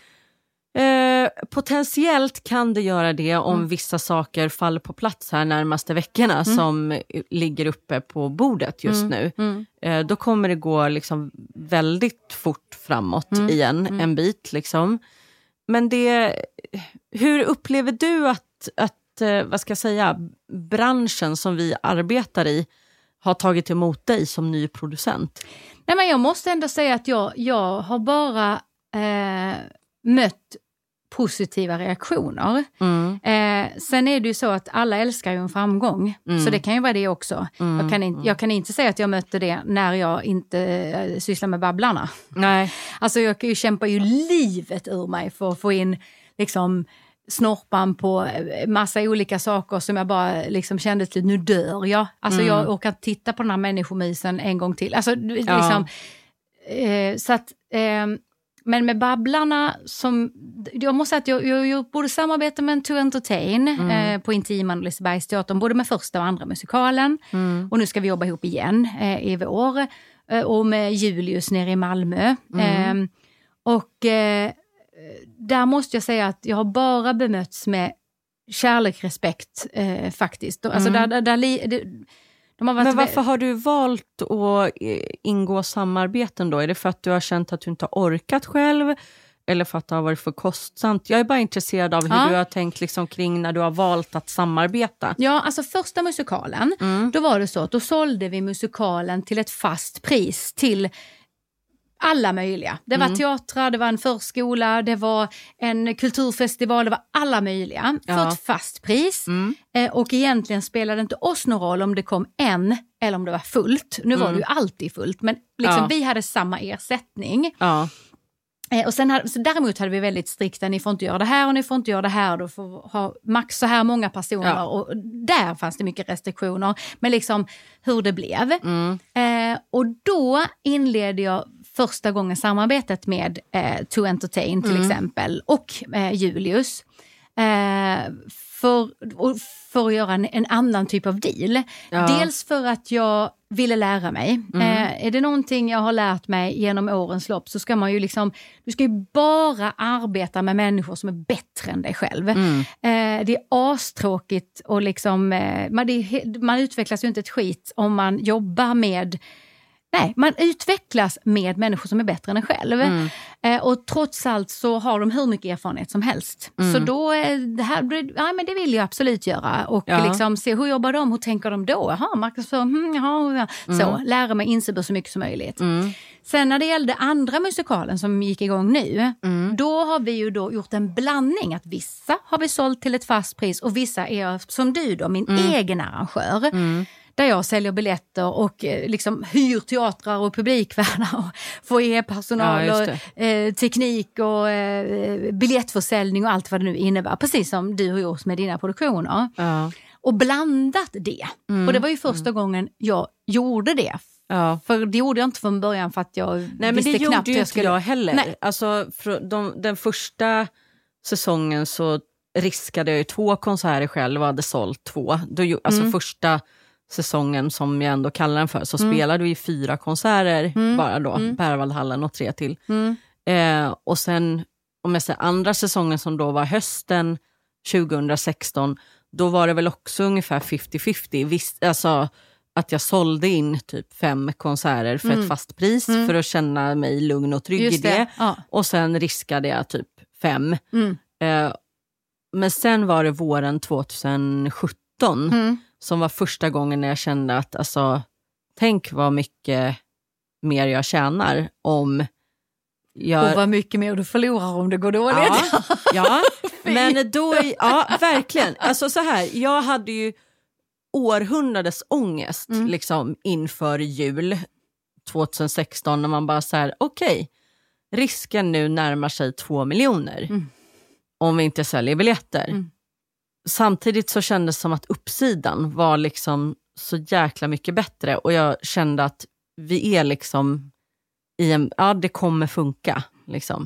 Speaker 3: Eh, potentiellt kan det göra det om
Speaker 4: Mm.
Speaker 3: vissa saker faller på plats här närmaste veckorna
Speaker 4: Mm.
Speaker 3: som eh, ligger uppe på bordet just
Speaker 4: Mm.
Speaker 3: nu.
Speaker 4: Mm.
Speaker 3: Eh, då kommer det gå liksom väldigt fort framåt
Speaker 4: Mm.
Speaker 3: igen,
Speaker 4: Mm.
Speaker 3: en bit liksom. Men det, hur upplever du att, att eh, vad ska jag säga, branschen som vi arbetar i har tagit emot dig som ny producent?
Speaker 4: Nej, men jag måste ändå säga att jag, jag har bara eh, mött positiva reaktioner.
Speaker 3: Mm.
Speaker 4: Eh, sen är det ju så att alla älskar ju en framgång.
Speaker 3: Mm.
Speaker 4: Så det kan ju vara det också.
Speaker 3: Mm.
Speaker 4: Jag, kan in, jag kan inte säga att jag mötte det när jag inte eh, sysslar med Babblarna.
Speaker 3: Nej.
Speaker 4: Alltså jag kan ju kämpa ju livet ur mig för att få in liksom snorpan på massa olika saker som jag bara liksom kände till, nu dör jag. Alltså
Speaker 3: Mm.
Speaker 4: jag orkar titta på den här människomysen en gång till. Alltså
Speaker 3: Ja.
Speaker 4: liksom, eh, så att, eh, men med Babblarna som, jag måste säga att jag, jag har gjort både samarbete med To Entertain
Speaker 3: Mm.
Speaker 4: eh, på Intiman och Lisebergsteatern, både med första och andra musikalen.
Speaker 3: Mm.
Speaker 4: Och nu ska vi jobba ihop igen eh, i vår. Eh, och med Julius nere i Malmö.
Speaker 3: Mm.
Speaker 4: Eh, och eh, där måste jag säga att jag har bara bemötts med kärlek, respekt eh, faktiskt. Alltså
Speaker 3: Mm.
Speaker 4: där, där, där, li- det, de har varit
Speaker 3: Men varför har du valt att eh, ingå samarbeten då? Är det för att du har känt att du inte har orkat själv? Eller för att det har varit för kostsamt? Jag är bara intresserad av hur
Speaker 4: Ja.
Speaker 3: du har tänkt liksom kring när du har valt att samarbeta.
Speaker 4: Ja, alltså första musikalen,
Speaker 3: Mm.
Speaker 4: då var det så att då sålde vi musikalen till ett fast pris till alla möjliga. Det var
Speaker 3: Mm.
Speaker 4: teatrar, det var en förskola, det var en kulturfestival, det var alla möjliga. För
Speaker 3: Ja.
Speaker 4: ett fast pris.
Speaker 3: Mm.
Speaker 4: Eh, och egentligen spelade det inte oss någon roll om det kom en eller om det var fullt. Nu var
Speaker 3: Mm.
Speaker 4: det ju alltid fullt, men liksom
Speaker 3: Ja.
Speaker 4: vi hade samma ersättning.
Speaker 3: Ja.
Speaker 4: Eh, och sen hade, så däremot hade vi väldigt strikta, ni får inte göra det här och ni får inte göra det här. Du får ha max så här många personer.
Speaker 3: Ja.
Speaker 4: Och där fanns det mycket restriktioner. Men liksom hur det blev.
Speaker 3: Mm.
Speaker 4: Eh, och då inledde jag första gången samarbetet med eh, To Entertain till
Speaker 3: Mm.
Speaker 4: exempel. Och eh, Julius. Eh, för, och för att göra en, en annan typ av deal.
Speaker 3: Ja.
Speaker 4: Dels för att jag ville lära mig.
Speaker 3: Mm.
Speaker 4: Eh, är det någonting jag har lärt mig genom årens lopp så ska man ju liksom, du ska ju bara arbeta med människor som är bättre än dig själv.
Speaker 3: Mm.
Speaker 4: Eh, det är astråkigt och liksom, eh, man, det är, man utvecklas ju inte ett skit om man jobbar med. Nej, man utvecklas med människor som är bättre än en själv.
Speaker 3: Mm.
Speaker 4: Eh, och trots allt så har de hur mycket erfarenhet som helst.
Speaker 3: Mm.
Speaker 4: Så då, eh, det här, ja, men det vill jag absolut göra. Och
Speaker 3: Ja.
Speaker 4: liksom se, hur jobbar de? Hur tänker de då? Jaha, marknadsföring, hmm, jaha, ja. Så, lära mig inse så mycket som möjligt.
Speaker 3: Mm.
Speaker 4: Sen när det gällde andra musikalen som gick igång nu,
Speaker 3: Mm.
Speaker 4: då har vi ju då gjort en blandning. Att vissa har vi sålt till ett fast pris och vissa är som du då, min
Speaker 3: Mm.
Speaker 4: egen arrangör.
Speaker 3: Mm.
Speaker 4: Där jag säljer biljetter och eh, liksom hyr teatrar och publikvärdar och foajépersonal
Speaker 3: Ja,
Speaker 4: och
Speaker 3: just
Speaker 4: eh, teknik och eh, biljettförsäljning och allt vad det nu innebär. Precis som du har gjort med dina produktioner.
Speaker 3: Ja.
Speaker 4: Och blandat det.
Speaker 3: Mm.
Speaker 4: Och det var ju första gången jag gjorde det.
Speaker 3: Ja.
Speaker 4: För det gjorde jag inte från början för att jag
Speaker 3: Nej, men
Speaker 4: visste
Speaker 3: det
Speaker 4: knappt
Speaker 3: gjorde
Speaker 4: hur
Speaker 3: ju
Speaker 4: jag
Speaker 3: inte
Speaker 4: skulle...
Speaker 3: jag heller.
Speaker 4: Nej.
Speaker 3: Alltså, för de, den första säsongen så riskade jag ju två konserter själv och hade sålt två. Då, ju- alltså
Speaker 4: Mm.
Speaker 3: första säsongen som jag ändå kallar den för så
Speaker 4: Mm.
Speaker 3: spelade vi fyra konserter
Speaker 4: Mm.
Speaker 3: bara då.
Speaker 4: Mm.
Speaker 3: Berwaldhallen och tre till.
Speaker 4: Mm.
Speaker 3: Eh, och sen om jag säger andra säsongen som då var hösten tjugohundrasexton, då var det väl också ungefär femtio femtio. Visst, alltså att jag sålde in typ fem konserter för
Speaker 4: Mm.
Speaker 3: ett fast pris
Speaker 4: Mm.
Speaker 3: för att känna mig lugn och trygg i
Speaker 4: Just
Speaker 3: det.
Speaker 4: det. Ja.
Speaker 3: Och sen riskade jag typ fem.
Speaker 4: Mm.
Speaker 3: Eh, men sen var det våren tjugosjutton
Speaker 4: Mm.
Speaker 3: som var första gången när jag kände att alltså, tänk vad mycket mer jag tjänar om jag...
Speaker 4: Och vad mycket mer du förlorar om det går dåligt.
Speaker 3: Ja, ja. Men då, ja verkligen. Alltså så här, jag hade ju århundradets ångest
Speaker 4: Mm.
Speaker 3: liksom inför jul tjugosexton när man bara så här, okej, risken nu närmar sig två miljoner
Speaker 4: Mm.
Speaker 3: om vi inte säljer biljetter.
Speaker 4: Mm.
Speaker 3: Samtidigt så kändes det som att uppsidan var liksom så jäkla mycket bättre och jag kände att vi är liksom i en, ja det kommer funka liksom.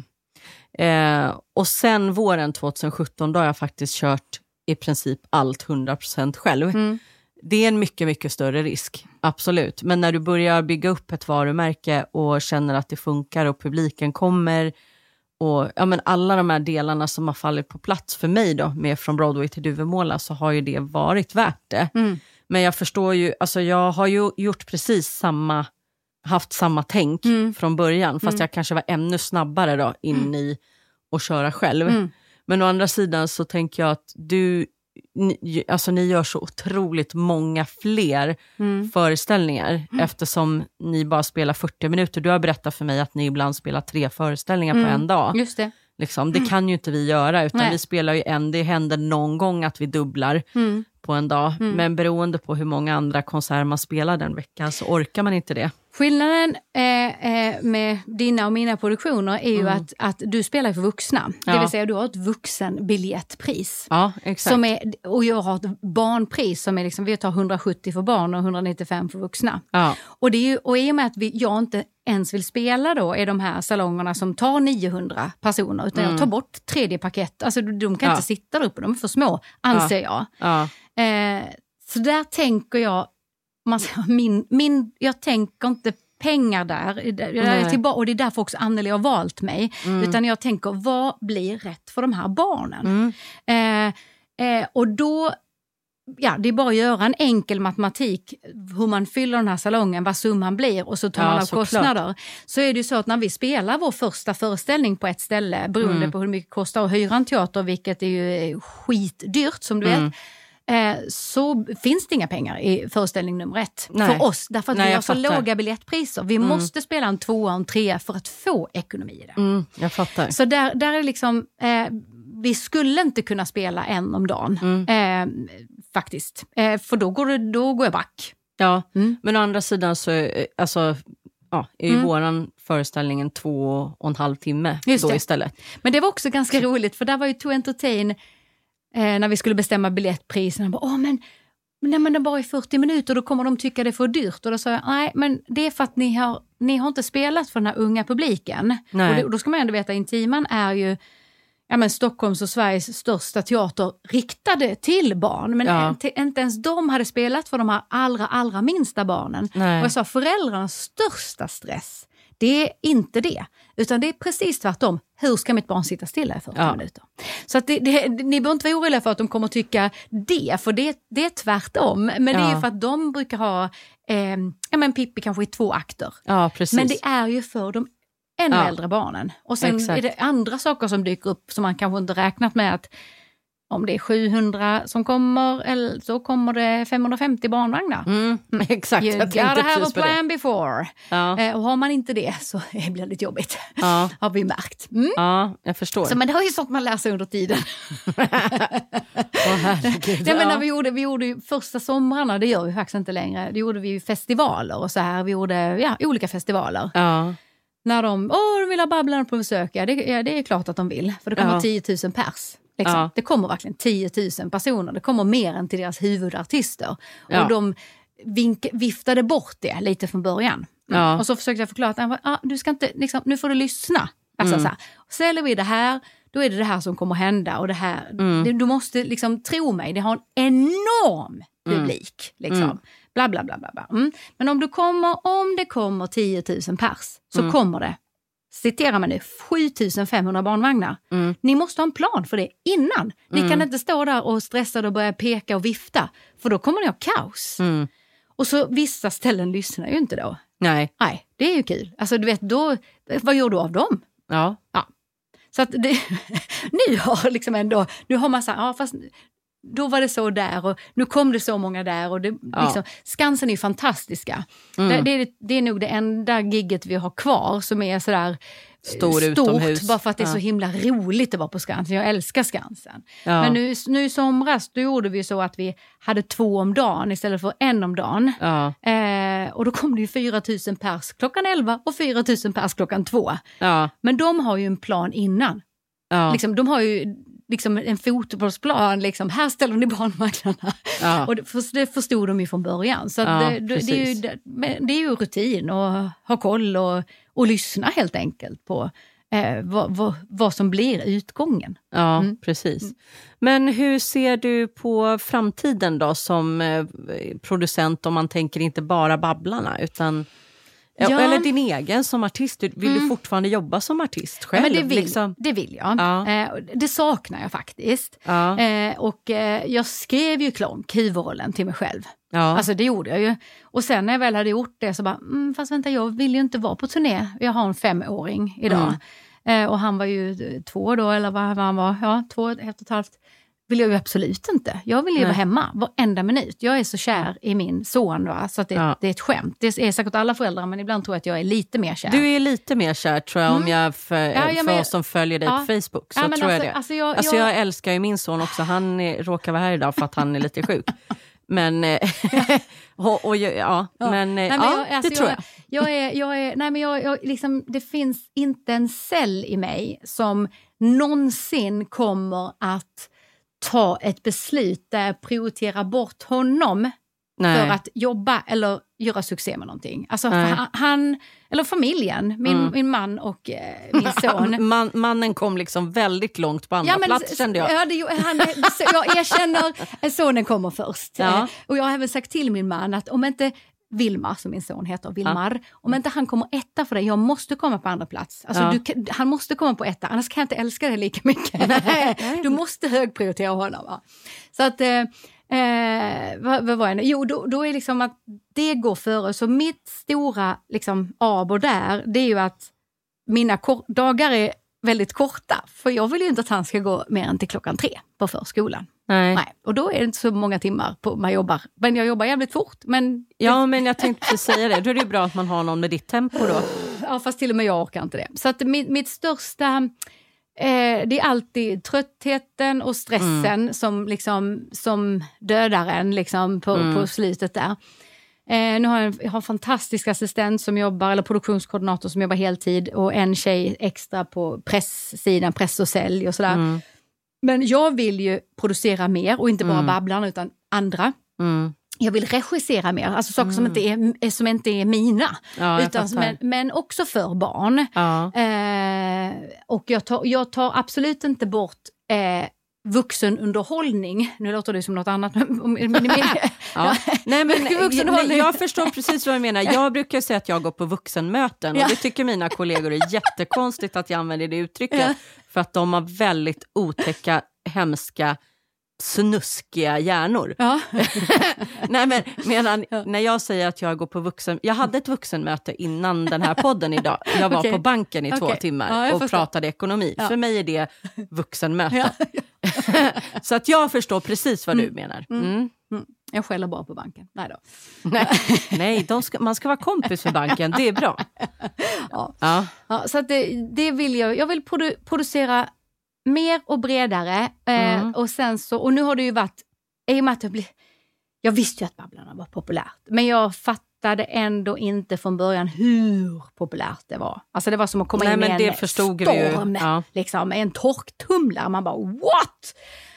Speaker 3: Eh, och sen våren tjugosjutton då har jag faktiskt kört i princip allt hundra procent själv.
Speaker 4: Mm.
Speaker 3: Det är en mycket, mycket större risk, absolut. Men när du börjar bygga upp ett varumärke och känner att det funkar och publiken kommer och ja, men alla de här delarna som har fallit på plats för mig då, med Från Broadway till Duvemåla, så har ju det varit värt det.
Speaker 4: Mm.
Speaker 3: Men jag förstår ju, alltså jag har ju gjort precis samma, haft samma tänk
Speaker 4: Mm.
Speaker 3: från början, fast
Speaker 4: Mm.
Speaker 3: jag kanske var ännu snabbare då in i att köra själv.
Speaker 4: Mm.
Speaker 3: Men å andra sidan så tänker jag att du, ni, alltså ni gör så otroligt många fler
Speaker 4: Mm.
Speaker 3: föreställningar eftersom ni bara spelar fyrtio minuter. Du har berättat för mig att ni ibland spelar tre föreställningar på
Speaker 4: Mm.
Speaker 3: en dag.
Speaker 4: Just det.
Speaker 3: Liksom. Det mm. kan ju inte vi göra, utan Nej. vi spelar ju en, det händer någon gång att vi dubblar mm. på en dag. Mm. Men beroende på hur många andra konserter man spelar den veckan så orkar man inte det.
Speaker 4: Skillnaden eh, eh, med dina och mina produktioner är ju mm. att, att du spelar för vuxna. Ja. Det vill säga du har ett vuxenbiljettpris.
Speaker 3: Ja, exakt.
Speaker 4: Som är, och jag har ett barnpris som är liksom, vi tar hundrasjuttio för barn och hundranittiofem för vuxna. Ja. Och, det är ju, och i och med att vi, jag inte ens vill spela då är de här salongerna som tar niohundra personer, utan mm. jag tar bort tredje paket. Alltså de kan ja. inte sitta där uppe, de är för små, anser ja. jag. Ja. Eh, så där tänker jag, man, min, min, jag tänker inte pengar där, jag är tillbaka, och det är därför också Anneli har valt mig, mm. utan jag tänker, vad blir rätt för de här barnen? Mm. Eh, eh, och då, ja, det är bara att göra en enkel matematik, hur man fyller den här salongen, vad summan blir, och så tar ja, man av kostnader. Klart. Så är det ju så att när vi spelar vår första föreställning på ett ställe, beroende mm. på hur mycket det kostar att hyra en teater, vilket är ju skitdyrt som du mm. vet, Eh, så finns det inga pengar i föreställning nummer ett Nej. för oss. Därför att Nej, vi har så fattar. låga biljettpriser. Vi mm. måste spela en tvåa och en trea för att få ekonomi i det.
Speaker 3: Mm, jag fattar.
Speaker 4: Så där, där är liksom, eh, vi skulle inte kunna spela en om dagen. Mm. Eh, faktiskt. Eh, för då går, det, då går jag back.
Speaker 3: Ja, mm. men å andra sidan så alltså, ja, är ju mm. våran föreställningen två och en halv timme Just då det. istället.
Speaker 4: Men det var också ganska roligt, för där var ju To Entertain. Eh, när vi skulle bestämma biljettpriserna, bara, åh men, nej, men det bara är fyrtio minuter, då kommer de tycka det är för dyrt. Och då sa jag, nej men det är för att ni har, ni har inte spelat för den här unga publiken. Nej. Och, det, och då ska man ändå veta, Intiman är ju ja, men Stockholms och Sveriges största teater riktade till barn. Men ja. inte, inte ens de hade spelat för de här allra, allra minsta barnen. Nej. Och jag sa, föräldrarnas största stress, det är inte det. Utan det är precis tvärtom. Hur ska mitt barn sitta stilla i fyrtio ja. minuter? Så att det, det, ni behöver inte vara oroliga för att de kommer tycka det. För det, det är tvärtom. Men ja. det är ju för att de brukar ha eh, ja, men Pippi kanske i två akter.
Speaker 3: Ja, precis.
Speaker 4: Men det är ju för de ännu ja. äldre barnen. Och sen Exakt. är det andra saker som dyker upp som man kanske inte räknat med, att om det är sjuhundra som kommer, eller så kommer det femhundrafemtio barnvagnar.
Speaker 3: Mm, exakt.
Speaker 4: You gotta have a plan before. Ja. Eh, och har man inte det så blir det lite jobbigt. Ja. Har vi märkt. Mm.
Speaker 3: Ja, jag förstår.
Speaker 4: Så, men det har ju sånt man lär sig under tiden.
Speaker 3: Åh, herregud.
Speaker 4: Nej, men när vi gjorde, vi gjorde ju första somrarna, det gör vi faktiskt inte längre. Det gjorde vi ju festivaler och så här. Vi gjorde ja, olika festivaler. Ja. När de, åh, de vill ha Babblarna på besök. Ja, det, ja, det är klart att de vill. För det kommer ja. tio tusen pers. Liksom. Ja. Det kommer verkligen tio tusen personer. Det kommer mer än till deras huvudartister. Ja. Och de vink- viftade bort det lite från början. Ja. Och så försökte jag förklara att ah, du ska inte, liksom, nu får du lyssna. Alltså, mm. så här, säljer vi det här, då är det det här som kommer hända. Och det här, mm. det, du måste liksom tro mig, det har en enorm publik. Mm. Liksom. Mm. Bla bla bla bla. bla. Mm. Men om, du kommer, om det kommer tio tusen pers så mm. kommer det, citerar man nu, sju tusen femhundra barnvagnar. Mm. Ni måste ha en plan för det innan. Ni mm. kan inte stå där och stressa och börja peka och vifta. För då kommer ni ha kaos. Mm. Och så vissa ställen lyssnar ju inte då.
Speaker 3: Nej.
Speaker 4: Nej, det är ju kul. Alltså du vet, då, vad gör du av dem?
Speaker 3: Ja.
Speaker 4: Ja. Så att det, nu har liksom ändå, nu har man sagt, ja fast då var det så där och nu kom det så många där och det, ja. liksom, Skansen är ju fantastiska. Mm. Det, det, är, det är nog det enda gigget vi har kvar som är sådär
Speaker 3: Stor
Speaker 4: stort,
Speaker 3: utomhus.
Speaker 4: Bara för att det är
Speaker 3: ja.
Speaker 4: så himla roligt att vara på Skansen. Jag älskar Skansen.
Speaker 3: Ja.
Speaker 4: Men nu, nu i somras, då gjorde vi så att vi hade två om dagen istället för en om dagen. Ja. Eh, och då kom det ju fyra tusen pers klockan elva och fyra tusen pers klockan två. Ja. Men de har ju en plan innan. Ja. Liksom, de har ju liksom en fotbollsplan, liksom, här ställer ni barnvagnarna. Ja. Och det, det förstod de ju från början. Så ja, det, det, det, är ju, det, det är ju rutin och ha koll och, och lyssna helt enkelt på eh, vad, vad, vad som blir utgången.
Speaker 3: Ja, mm. precis. Mm. Men hur ser du på framtiden då som eh, producent, om man tänker inte bara Babblarna utan... Ja. Eller din egen som artist. Vill mm. du fortfarande jobba som artist själv?
Speaker 4: Ja, men det, vill,
Speaker 3: liksom?
Speaker 4: det vill jag. Ja. Eh, det saknar jag faktiskt. Ja. Eh, och eh, jag skrev ju Klonk, huvudrollen, till mig själv. Ja. Alltså det gjorde jag ju. Och sen när jag väl hade gjort det så bara, mm, fast vänta, jag vill ju inte vara på turné. Jag har en femåring idag. Mm. Eh, och han var ju två då, eller vad han var. Ja, två, ett och ett halvt. vill jag ju absolut inte. Jag vill ju Nej. vara hemma varenda minut. Jag är så kär i min son, va? Så att det, ja. det är ett skämt. Det är säkert alla föräldrar, men ibland tror jag att jag är lite mer kär.
Speaker 3: Du är lite mer kär, tror jag, mm. om jag för, ja, ja, för men, oss som följer dig ja. på Facebook. Så ja, tror alltså, jag det. Alltså jag, alltså jag, jag älskar ju min son också. Han är, råkar vara här idag för att han är lite sjuk. Men, och, och, ja, ja, men, nej, men ja, jag, alltså, det tror jag.
Speaker 4: Jag, jag är, jag är, nej, men jag, jag, liksom, det finns inte en cell i mig som någonsin kommer att ta ett beslut där jag prioriterar bort honom Nej. för att jobba eller göra succé med någonting. Alltså han, han, eller familjen, min, mm. min man och eh, min son.
Speaker 3: Man, mannen kom liksom väldigt långt på andra ja, men, plats, kände jag.
Speaker 4: Ja, det, han, jag erkänner att sonen kommer först. Ja. Och jag har även sagt till min man att om inte Vilmar, som min son heter, Vilmar. Ja. Om inte han kommer etta för dig, jag måste komma på andra plats. Alltså ja. du, han måste komma på etta, annars kan jag inte älska dig lika mycket. Du måste högprioritera honom. Va? Så att, eh, vad, vad var det? Jo, då, då är liksom att det går före. Så mitt stora liksom, aber där, det är ju att mina kor- dagar är väldigt korta. För jag vill ju inte att han ska gå mer än till klockan tre på förskolan. Nej. Nej. Och då är det inte så många timmar på man jobbar. Men jag jobbar jävligt fort. Men
Speaker 3: ja, men jag tänkte säga det. Då är det bra att man har någon med ditt tempo då.
Speaker 4: Ja, fast till och med jag orkar inte det. Så att mitt, mitt största... Eh, det är alltid tröttheten och stressen mm. som, liksom, som dödar en liksom, på, mm. på slutet där. Eh, nu har jag, en, jag har en fantastisk assistent som jobbar, eller produktionskoordinator som jobbar heltid. Och en tjej extra på presssidan, press och sälj och sådär. Mm. Men jag vill ju producera mer och inte bara mm. babblarna utan andra. Mm. Jag vill regissera mer, alltså saker mm. som, inte är, som inte är mina. Ja, utan, men, men också för barn. Ja. Eh, och jag tar, jag tar absolut inte bort eh, vuxenunderhållning. Nu låter det som något annat.
Speaker 3: ja. Nej, men, nej, jag förstår precis vad jag menar. Jag brukar säga att jag går på vuxenmöten. Och ja. det tycker mina kollegor är jättekonstigt att jag använder det uttrycket. Ja. För att de har väldigt otäcka, hemska, snuskiga hjärnor. Ja. Nej, men medan, ja. när jag säger att jag går på vuxen... Jag hade ett vuxenmöte innan den här podden idag. Jag var okay. på banken i okay. två timmar ja, och förstår. pratade ekonomi. Ja. För mig är det vuxenmöte. Ja. Så att jag förstår precis vad mm. du menar. Mm. Mm.
Speaker 4: Mm. Jag skäller bara på banken. Nej då.
Speaker 3: Nej, Nej de ska, man ska vara kompis med banken. Det är bra.
Speaker 4: Ja. Ja. Ja, så att det, det vill jag. Jag vill produ- producera mer och bredare. Eh, mm. och, sen så, och nu har det ju varit... I och med att jag, blir, jag visste ju att babblarna var populärt. Men jag fattade ändå inte från början hur populärt det var. Alltså det var som att komma Nej, in i en det storm. Ja. Liksom, en torktumlare. Man bara, what?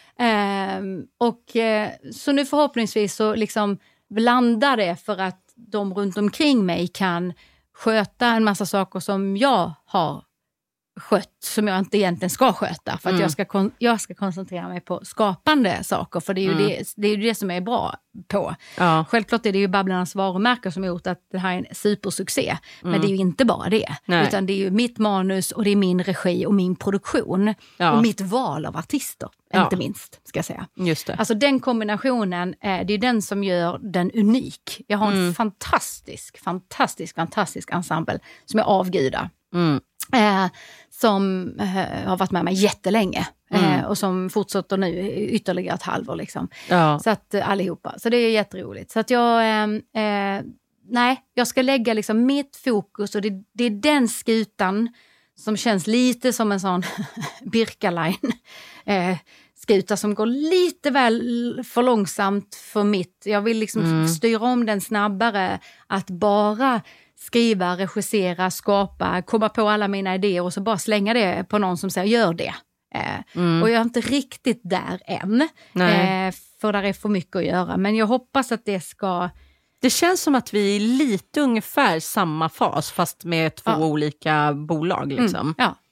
Speaker 4: Eh, och eh, så nu förhoppningsvis så liksom landar det för att de runt omkring mig kan sköta en massa saker som jag har skött, som jag inte egentligen ska sköta. För att mm. jag, ska kon- jag ska koncentrera mig på skapande saker. För det är ju, mm. det, det, är ju det som jag är bra på. Ja. Självklart är det ju babblarnas varumärke som har gjort att det här är en supersuccé. Mm. Men det är ju inte bara det. Nej. Utan det är ju mitt manus och det är min regi och min produktion. Ja. Och mitt val av artister. Ja. Inte minst, ska jag säga.
Speaker 3: Just det.
Speaker 4: Alltså den kombinationen, eh, det är den som gör den unik. Jag har en mm. fantastisk, fantastisk, fantastisk ensemble som jag avgudar. Mm. Eh, som eh, har varit med mig jättelänge mm. eh, och som fortsätter nu ytterligare ett halvår liksom. Ja. Så att eh, allihopa, så det är jätteroligt. Så att jag eh, eh, nej, jag ska lägga liksom mitt fokus och det, det är den skutan som känns lite som en sån Birka-line eh, skuta som går lite väl för långsamt för mitt. Jag vill liksom mm. styra om den snabbare, att bara skriva, regissera, skapa, komma på alla mina idéer och så bara slänga det på någon som säger gör det. Eh, mm. Och jag är inte riktigt där än. Eh, för där är för mycket att göra. Men jag hoppas att det ska...
Speaker 3: Det känns som att vi är lite ungefär samma fas fast med två ja. olika bolag liksom.
Speaker 4: Mm, ja.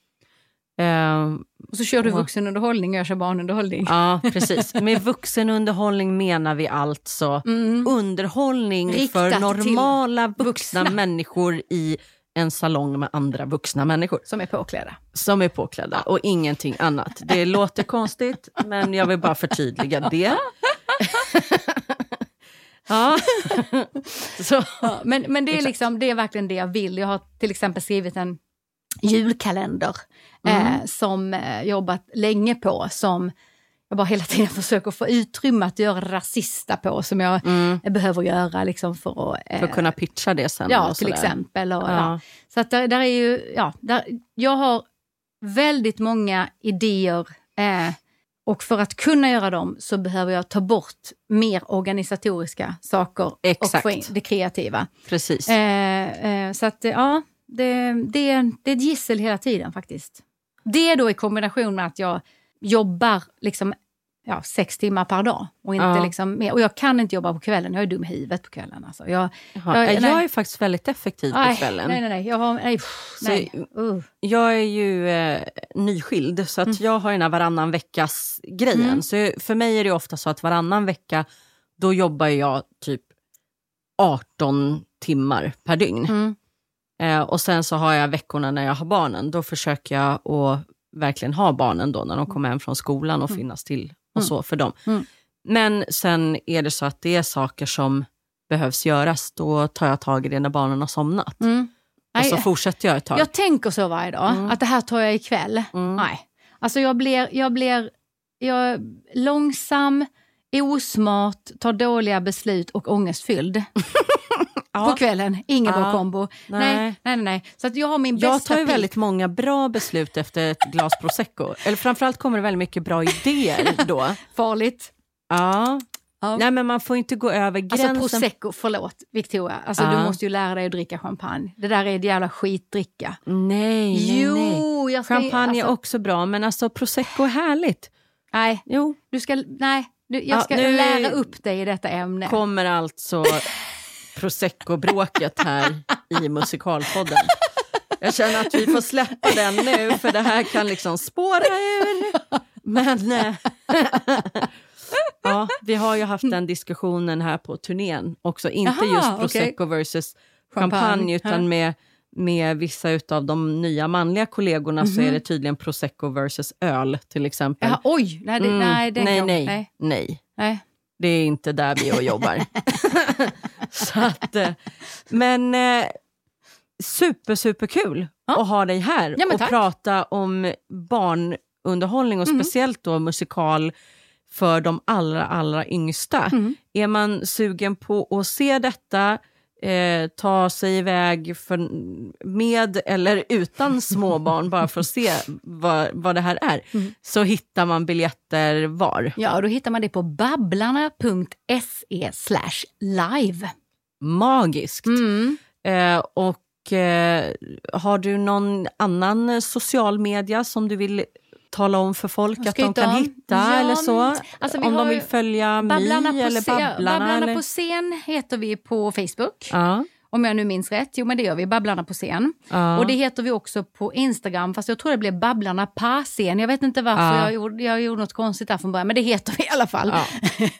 Speaker 4: Uh, och så kör du vuxenunderhållning och jag kör barnunderhållning.
Speaker 3: Ja, precis. Med vuxenunderhållning menar vi alltså mm. underhållning Riktat för normala vuxna, vuxna människor i en salong med andra vuxna människor.
Speaker 4: Som är påklädda.
Speaker 3: Som är påklädda och ingenting annat. Det låter konstigt, men jag vill bara förtydliga det. Ja. Så.
Speaker 4: Ja, men, men det är liksom, det är verkligen det jag vill. Jag har till exempel skrivit en julkalender mm. eh, som eh, jobbat länge på, som jag bara hela tiden försöker få utrymme att göra det där sista på som jag
Speaker 3: Mm.
Speaker 4: behöver göra liksom för att... Eh,
Speaker 3: För att kunna pitcha det sen.
Speaker 4: ja,
Speaker 3: och
Speaker 4: till
Speaker 3: sådär.
Speaker 4: exempel. Och,
Speaker 3: Ja.
Speaker 4: ja. Så att där, där är ju, ja, där, jag har väldigt många idéer eh, och för att kunna göra dem så behöver jag ta bort mer organisatoriska saker
Speaker 3: Exakt.
Speaker 4: och få in det kreativa.
Speaker 3: Precis.
Speaker 4: Eh, eh, så att ja, det, det, är, det är ett gissel hela tiden faktiskt. Det är då i kombination med att jag jobbar liksom ja, sex timmar per dag och inte
Speaker 3: Ja.
Speaker 4: liksom mer. Och jag kan inte jobba på kvällen, jag är dum i huvudet på kvällen. Alltså. Jag,
Speaker 3: Jaha.
Speaker 4: jag-
Speaker 3: jag,
Speaker 4: nej.
Speaker 3: är faktiskt väldigt effektiv
Speaker 4: nej,
Speaker 3: på kvällen.
Speaker 4: nej, nej, nej. Jag har, nej, pff,
Speaker 3: Så-
Speaker 4: nej. Uh.
Speaker 3: Jag är ju eh, nyskild så att
Speaker 4: Mm.
Speaker 3: jag har den här varannan veckas grejen.
Speaker 4: Mm.
Speaker 3: Så för mig är det ofta så att varannan vecka då jobbar jag typ arton timmar per dygn.
Speaker 4: Mm.
Speaker 3: Eh, och sen så har jag veckorna när jag har barnen. Då försöker jag att verkligen ha barnen då när de kommer hem från skolan och
Speaker 4: Mm.
Speaker 3: finnas till och
Speaker 4: Mm.
Speaker 3: så för dem.
Speaker 4: Mm.
Speaker 3: Men sen är det så att det är saker som behövs göras. Då tar jag tag i det när barnen har somnat.
Speaker 4: Mm.
Speaker 3: Och så
Speaker 4: Nej,
Speaker 3: fortsätter jag ett tag.
Speaker 4: jag tänker så varje dag,
Speaker 3: Mm.
Speaker 4: att det här tar jag ikväll.
Speaker 3: Mm.
Speaker 4: Nej. Alltså jag blir, jag blir jag är långsam, osmart, tar dåliga beslut och ångestfylld.
Speaker 3: Ja.
Speaker 4: På kvällen, ingen
Speaker 3: Ja.
Speaker 4: bra kombo.
Speaker 3: Nej.
Speaker 4: Nej, nej, nej, nej. Så att jag har min
Speaker 3: Jag
Speaker 4: bästa
Speaker 3: tar ju
Speaker 4: pick.
Speaker 3: väldigt många bra beslut efter ett glas prosecco. Eller framförallt kommer det väldigt mycket bra idéer då.
Speaker 4: farligt.
Speaker 3: Ja.
Speaker 4: Ja.
Speaker 3: Nej, men man får inte gå över gränsen.
Speaker 4: Alltså prosecco, förlåt Victoria. Alltså
Speaker 3: Ja.
Speaker 4: du måste ju lära dig att dricka champagne. Det där är ett jävla skitdricka.
Speaker 3: Nej, nej,
Speaker 4: jo,
Speaker 3: nej.
Speaker 4: jag ska
Speaker 3: Champagne är
Speaker 4: alltså,
Speaker 3: också bra, men alltså prosecco är härligt.
Speaker 4: Nej,
Speaker 3: Jo,
Speaker 4: du ska, nej, du, jag
Speaker 3: Ja,
Speaker 4: ska
Speaker 3: nu-
Speaker 4: lära upp dig i detta ämne.
Speaker 3: kommer alltså prosecco-bråket här i musikalpodden. Jag känner att vi får släppa den nu, för det här kan liksom spåra ur. Men eh, ja, vi har ju haft den diskussionen här på turnén också. Inte
Speaker 4: Jaha,
Speaker 3: just
Speaker 4: okej.
Speaker 3: prosecco versus champagne,
Speaker 4: Champagne,
Speaker 3: utan
Speaker 4: ja.
Speaker 3: med, med vissa utav de nya manliga kollegorna så
Speaker 4: Mhm.
Speaker 3: är det tydligen prosecco versus öl till exempel.
Speaker 4: Jaha, oj, nej, det,
Speaker 3: Mm,
Speaker 4: nej, den
Speaker 3: nej,
Speaker 4: kan-
Speaker 3: nej,
Speaker 4: nej,
Speaker 3: nej.
Speaker 4: nej.
Speaker 3: Det är inte där vi och jobbar. Så att, eh, men eh, super, super kul
Speaker 4: Ja.
Speaker 3: att ha dig här
Speaker 4: Ja, men
Speaker 3: och
Speaker 4: tack.
Speaker 3: prata om barnunderhållning och
Speaker 4: Mhm.
Speaker 3: speciellt då musikal för de allra, allra yngsta.
Speaker 4: Mm.
Speaker 3: Är man sugen på att se detta, eh, ta sig iväg för, med eller utan småbarn bara för att se vad, vad det här är,
Speaker 4: Mm.
Speaker 3: så hittar man biljetter var?
Speaker 4: Ja, då hittar man det på babblarna punkt se slash live.
Speaker 3: Magiskt.
Speaker 4: Mm.
Speaker 3: Eh, och eh, har du någon annan social media som du vill tala om för folk
Speaker 4: Jag
Speaker 3: att
Speaker 4: ska
Speaker 3: de
Speaker 4: hitta.
Speaker 3: kan hitta
Speaker 4: Ja,
Speaker 3: eller så?
Speaker 4: alltså vi
Speaker 3: om
Speaker 4: har
Speaker 3: de vill
Speaker 4: ju
Speaker 3: följa
Speaker 4: Babblarna
Speaker 3: mig
Speaker 4: på,
Speaker 3: eller
Speaker 4: scen,
Speaker 3: Babblarna?
Speaker 4: Babblarna
Speaker 3: eller?
Speaker 4: på scen heter vi på Facebook.
Speaker 3: Ja,
Speaker 4: Om jag nu minns rätt. Jo, men det gör vi. Babblarna på scen.
Speaker 3: ja.
Speaker 4: Och det heter vi också på Instagram. Fast jag tror det blev Babblarna på scen. Jag vet inte varför
Speaker 3: Ja.
Speaker 4: jag, gjorde, jag gjorde något konstigt där från början. Men det heter vi i alla fall.
Speaker 3: Ja.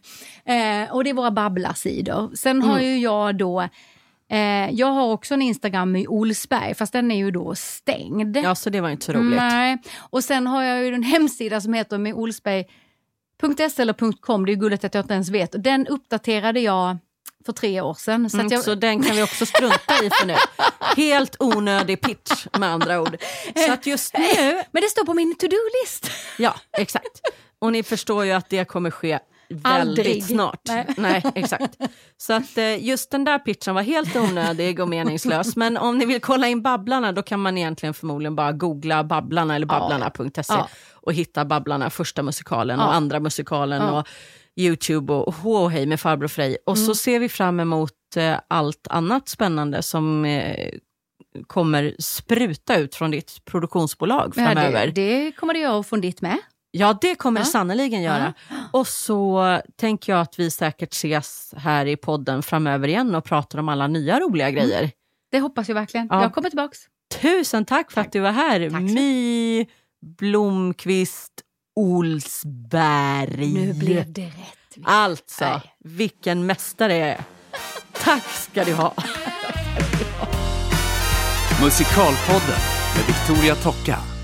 Speaker 4: eh, och det är våra babblarsidor. Sen har
Speaker 3: Mm.
Speaker 4: ju jag då... Eh, jag har också en Instagram i Olsberg. Fast den är ju då stängd.
Speaker 3: ja, så det var inte så roligt.
Speaker 4: Nej. Och sen har jag ju en hemsida som heter med Olsberg punkt se eller .com. Det är ju gulligt att jag inte ens vet. Och den uppdaterade jag för tre år sedan. Så,
Speaker 3: Mm,
Speaker 4: att jag,
Speaker 3: så den kan vi också strunta i för nu. Helt onödig pitch med andra ord. Så att just nu,
Speaker 4: men det står på min to-do-list.
Speaker 3: ja, exakt. Och ni förstår ju att det kommer ske väldigt
Speaker 4: Aldrig.
Speaker 3: snart.
Speaker 4: Nej.
Speaker 3: Nej, exakt. Så att eh, just den där pitchen var helt onödig och meningslös. Men om ni vill kolla in Babblarna, då kan man egentligen förmodligen bara googla Babblarna eller
Speaker 4: Ja.
Speaker 3: babblarna punkt se
Speaker 4: Ja.
Speaker 3: och hitta Babblarna, första musikalen
Speaker 4: Ja.
Speaker 3: och andra musikalen
Speaker 4: Ja.
Speaker 3: och YouTube och Hå hej med Farbror Frej. Och så
Speaker 4: Mm.
Speaker 3: ser vi fram emot eh, allt annat spännande som eh, kommer spruta ut från ditt produktionsbolag
Speaker 4: Ja,
Speaker 3: framöver.
Speaker 4: det, det kommer det göra från ditt med.
Speaker 3: Ja, det kommer
Speaker 4: Ja.
Speaker 3: det sannoliken göra. Och så tänker jag att vi säkert ses här i podden framöver igen och pratar om alla nya roliga grejer.
Speaker 4: Det hoppas jag verkligen.
Speaker 3: Ja.
Speaker 4: Jag kommer tillbaks.
Speaker 3: Tusen tack för att du var här.
Speaker 4: Tack så.
Speaker 3: My Blomqvist Olsberg.
Speaker 4: Nu blev det rätt.
Speaker 3: Alltså,
Speaker 4: Nej.
Speaker 3: vilken mästare jag är. Tack ska du ha.
Speaker 1: Musikalpodden med Victoria Tocka.